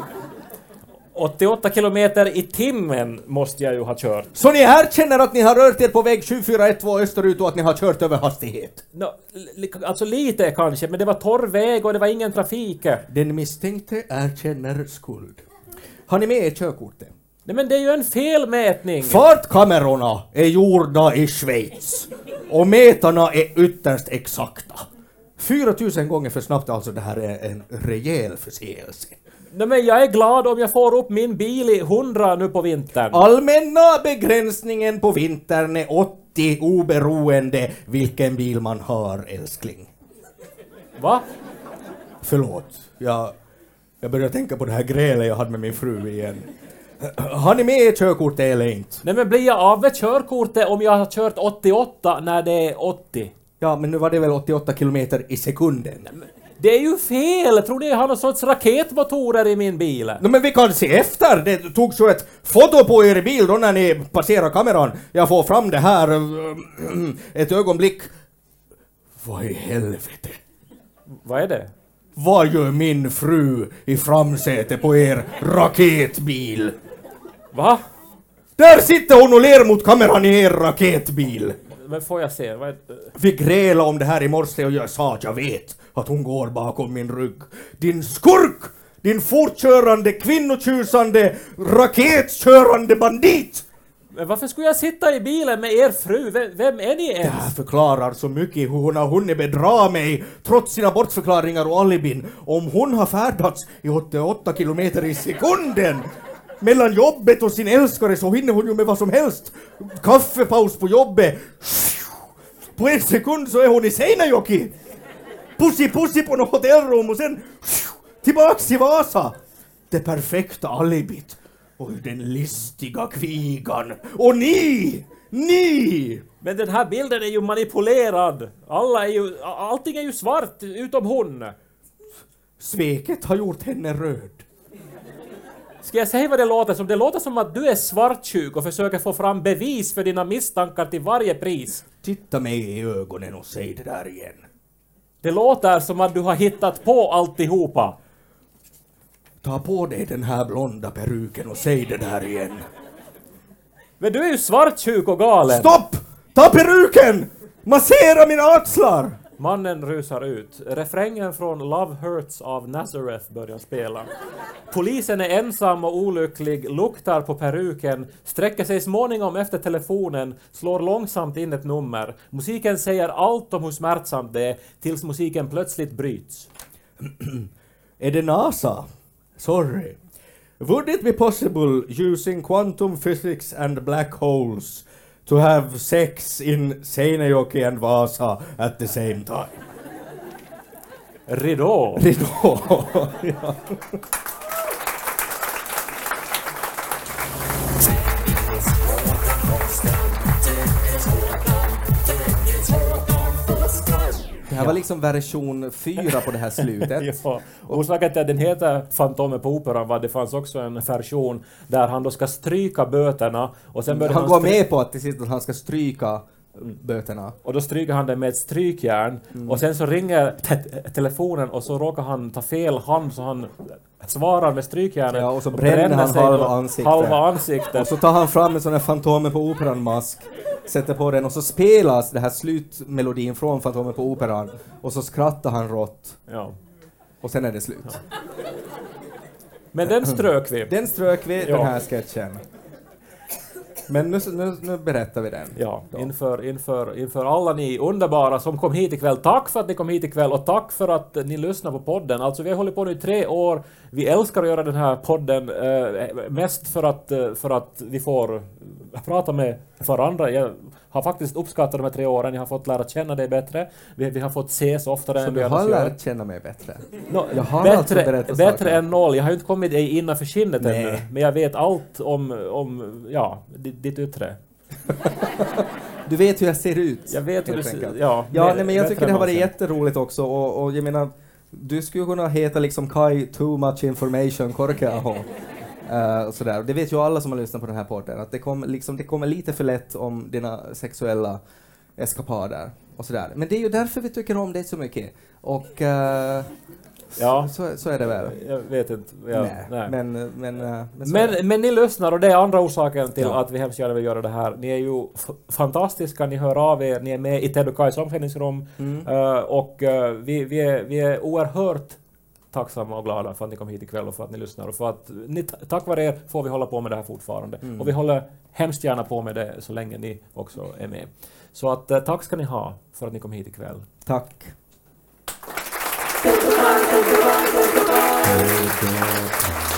åttioåtta kilometer i timmen måste jag ju ha kört. Så ni erkänner att ni har rört er på väg sju fyra ett två österut och att ni har kört över hastighet? No, li- alltså lite kanske, men det var torr väg och det var ingen trafik. Den misstänkte erkänner skuld. Har ni med er körkortet? Nej, men det är ju en felmätning. Fartkamerorna är gjorda i Schweiz och mätarna är ytterst exakta. fyra tusen gånger för snabbt, alltså det här är en rejäl förseelse. Nej, men jag är glad om jag får upp min bil i hundra nu på vintern. Allmänna begränsningen på vintern är åttio oberoende vilken bil man har, älskling. Va? Förlåt, jag, jag börjar tänka på det här grälet jag hade med min fru igen. Har ni med er körkortet eller inte? Nej, men blir jag av med körkortet om jag har kört åttioåtta när det är åttio? Ja, men nu var det väl åttioåtta kilometer i sekunden. Det är ju fel! Tror ni jag har någon sorts raketmotorer i min bil? No, men vi kan se efter. Det tog så ett foto på er bil då när ni passerar kameran. Jag får fram det här ett ögonblick. Vad i helvete? Vad är det? Vad gör min fru i framsätet på er raketbil? Va? Där sitter hon och ler mot kameran i er raketbil. Men får jag se? Vad är... Vi grälade om det här i morse och jag sa att jag vet att hon går bakom min rygg. Din skurk! Din fortkörande, kvinnotjusande, raketkörande bandit! Men varför skulle jag sitta i bilen med er fru? Vem, vem är ni Det ens? här förklarar så mycket hur hon har hunnit bedra mig trots sina bortförklaringar och alibin. Om hon har färdats i åttioåtta kilometer i sekunden mellan jobbet och sin älskare så hinner hon ju med vad som helst. Kaffepaus på jobbet. På en sekund så är hon i Seinäjoki. Pussi pussi på något hotellrum och sen tillbaks till Vasa. Det perfekta alibit. Och den listiga kvigan. Och ni! Ni! Men den här bilden är ju manipulerad. Alla är ju, allting är ju svart utom hon. Sveket har gjort henne röd. Ska jag säga vad det låter som? Det låter som att du är svartsjuk och försöker få fram bevis för dina misstankar till varje pris. Titta mig i ögonen och säg det där igen. Det låter som att du har hittat på alltihopa. Ta på dig den här blonda peruken och säg det där igen. Men du är ju svartsjuk och galen. Stopp! Ta peruken! Massera mina axlar! Mannen rusar ut. Refrängen från Love Hurts av Nazareth börjar spela. Polisen är ensam och olycklig, luktar på peruken, sträcker sig småningom efter telefonen, slår långsamt in ett nummer. Musiken säger allt om hur smärtsamt det är, tills musiken plötsligt bryts. Är det NASA? Sorry. Would it be possible using quantum physics and black holes to have sex in Seinäjoki and Vasa at the same time? Ridå. Ridå. Ja. Det här var liksom version fyra på det här slutet. Ja, och orsaken till att den heter Fantomen på Operan var att det fanns också en version där han då ska stryka böterna och sen börjar Han han går stry- med på att till sist att han ska stryka böterna. och då stryker han det med ett strykjärn och sen så ringer te- telefonen och så råkar han ta fel hand så han svarar med strykjärnet Ja, och så bränner han sig halva då ansiktet. halva ansiktet. Och så tar han fram en sån här Fantomen på Operan-mask, sätter på den och så spelas det här slutmelodin från Fantomen på Operan och så skrattar han rått Ja. och sen är det slut. Men den strök vi. Den strök vi, Ja. den här sketchen. Men nu, nu, nu berättar vi den. Ja, då. inför, inför, inför alla ni underbara som kom hit ikväll. Tack för att ni kom hit ikväll och tack för att ni lyssnar på podden. Alltså vi har hållit på nu i tre år. Vi älskar att göra den här podden eh, mest för att, eh, för att vi får prata med varandra. Jag har faktiskt uppskattat de här tre åren. Jag har fått lära känna dig bättre. Vi, vi har fått ses oftare Så än du vi har annars gör. lärt känna mig bättre? No, Jag har bättre, alltså berättat bättre saker. än noll. Jag har ju inte kommit dig innanför skinnet Nej. ännu. Men jag vet allt om, om ja, ditt, ditt yttre. Du vet hur jag ser ut. Jag vet hur du helt ser enkelt. ja, Ja, mer- nej, men jag bättre tycker det har än varit någonsin. jätteroligt också och, och jag menar, du skulle kunna heta liksom Kai Too Much Information Korkeaho. Uh, och sådär. Det vet ju alla som har lyssnat på den här podden, att det kommer liksom, det kommer lite för lätt om dina sexuella eskapader och sådär. Men det är ju därför vi tycker om det så mycket. Och uh, Ja. så, så är det väl. Jag vet inte. Ja, nej. nej. Men, men, men, men, men ni lyssnar och det är andra orsaken till ja. att vi hemskt gärna vill göra det här. Ni är ju f- fantastiska, ni hör av er, ni är med i Ted och Kajs omklädningsrum mm. uh, och uh, vi, vi, är, vi är oerhört tacksamma och glada för att ni kom hit ikväll och för att ni lyssnar och för att ni, tack vare er får vi hålla på med det här fortfarande. Mm. Och vi håller hemskt gärna på med det så länge ni också är med. Så att uh, tack ska ni ha för att ni kom hit ikväll. Tack. Ted och Kaj, Ted och Kaj, Ted och Kaj.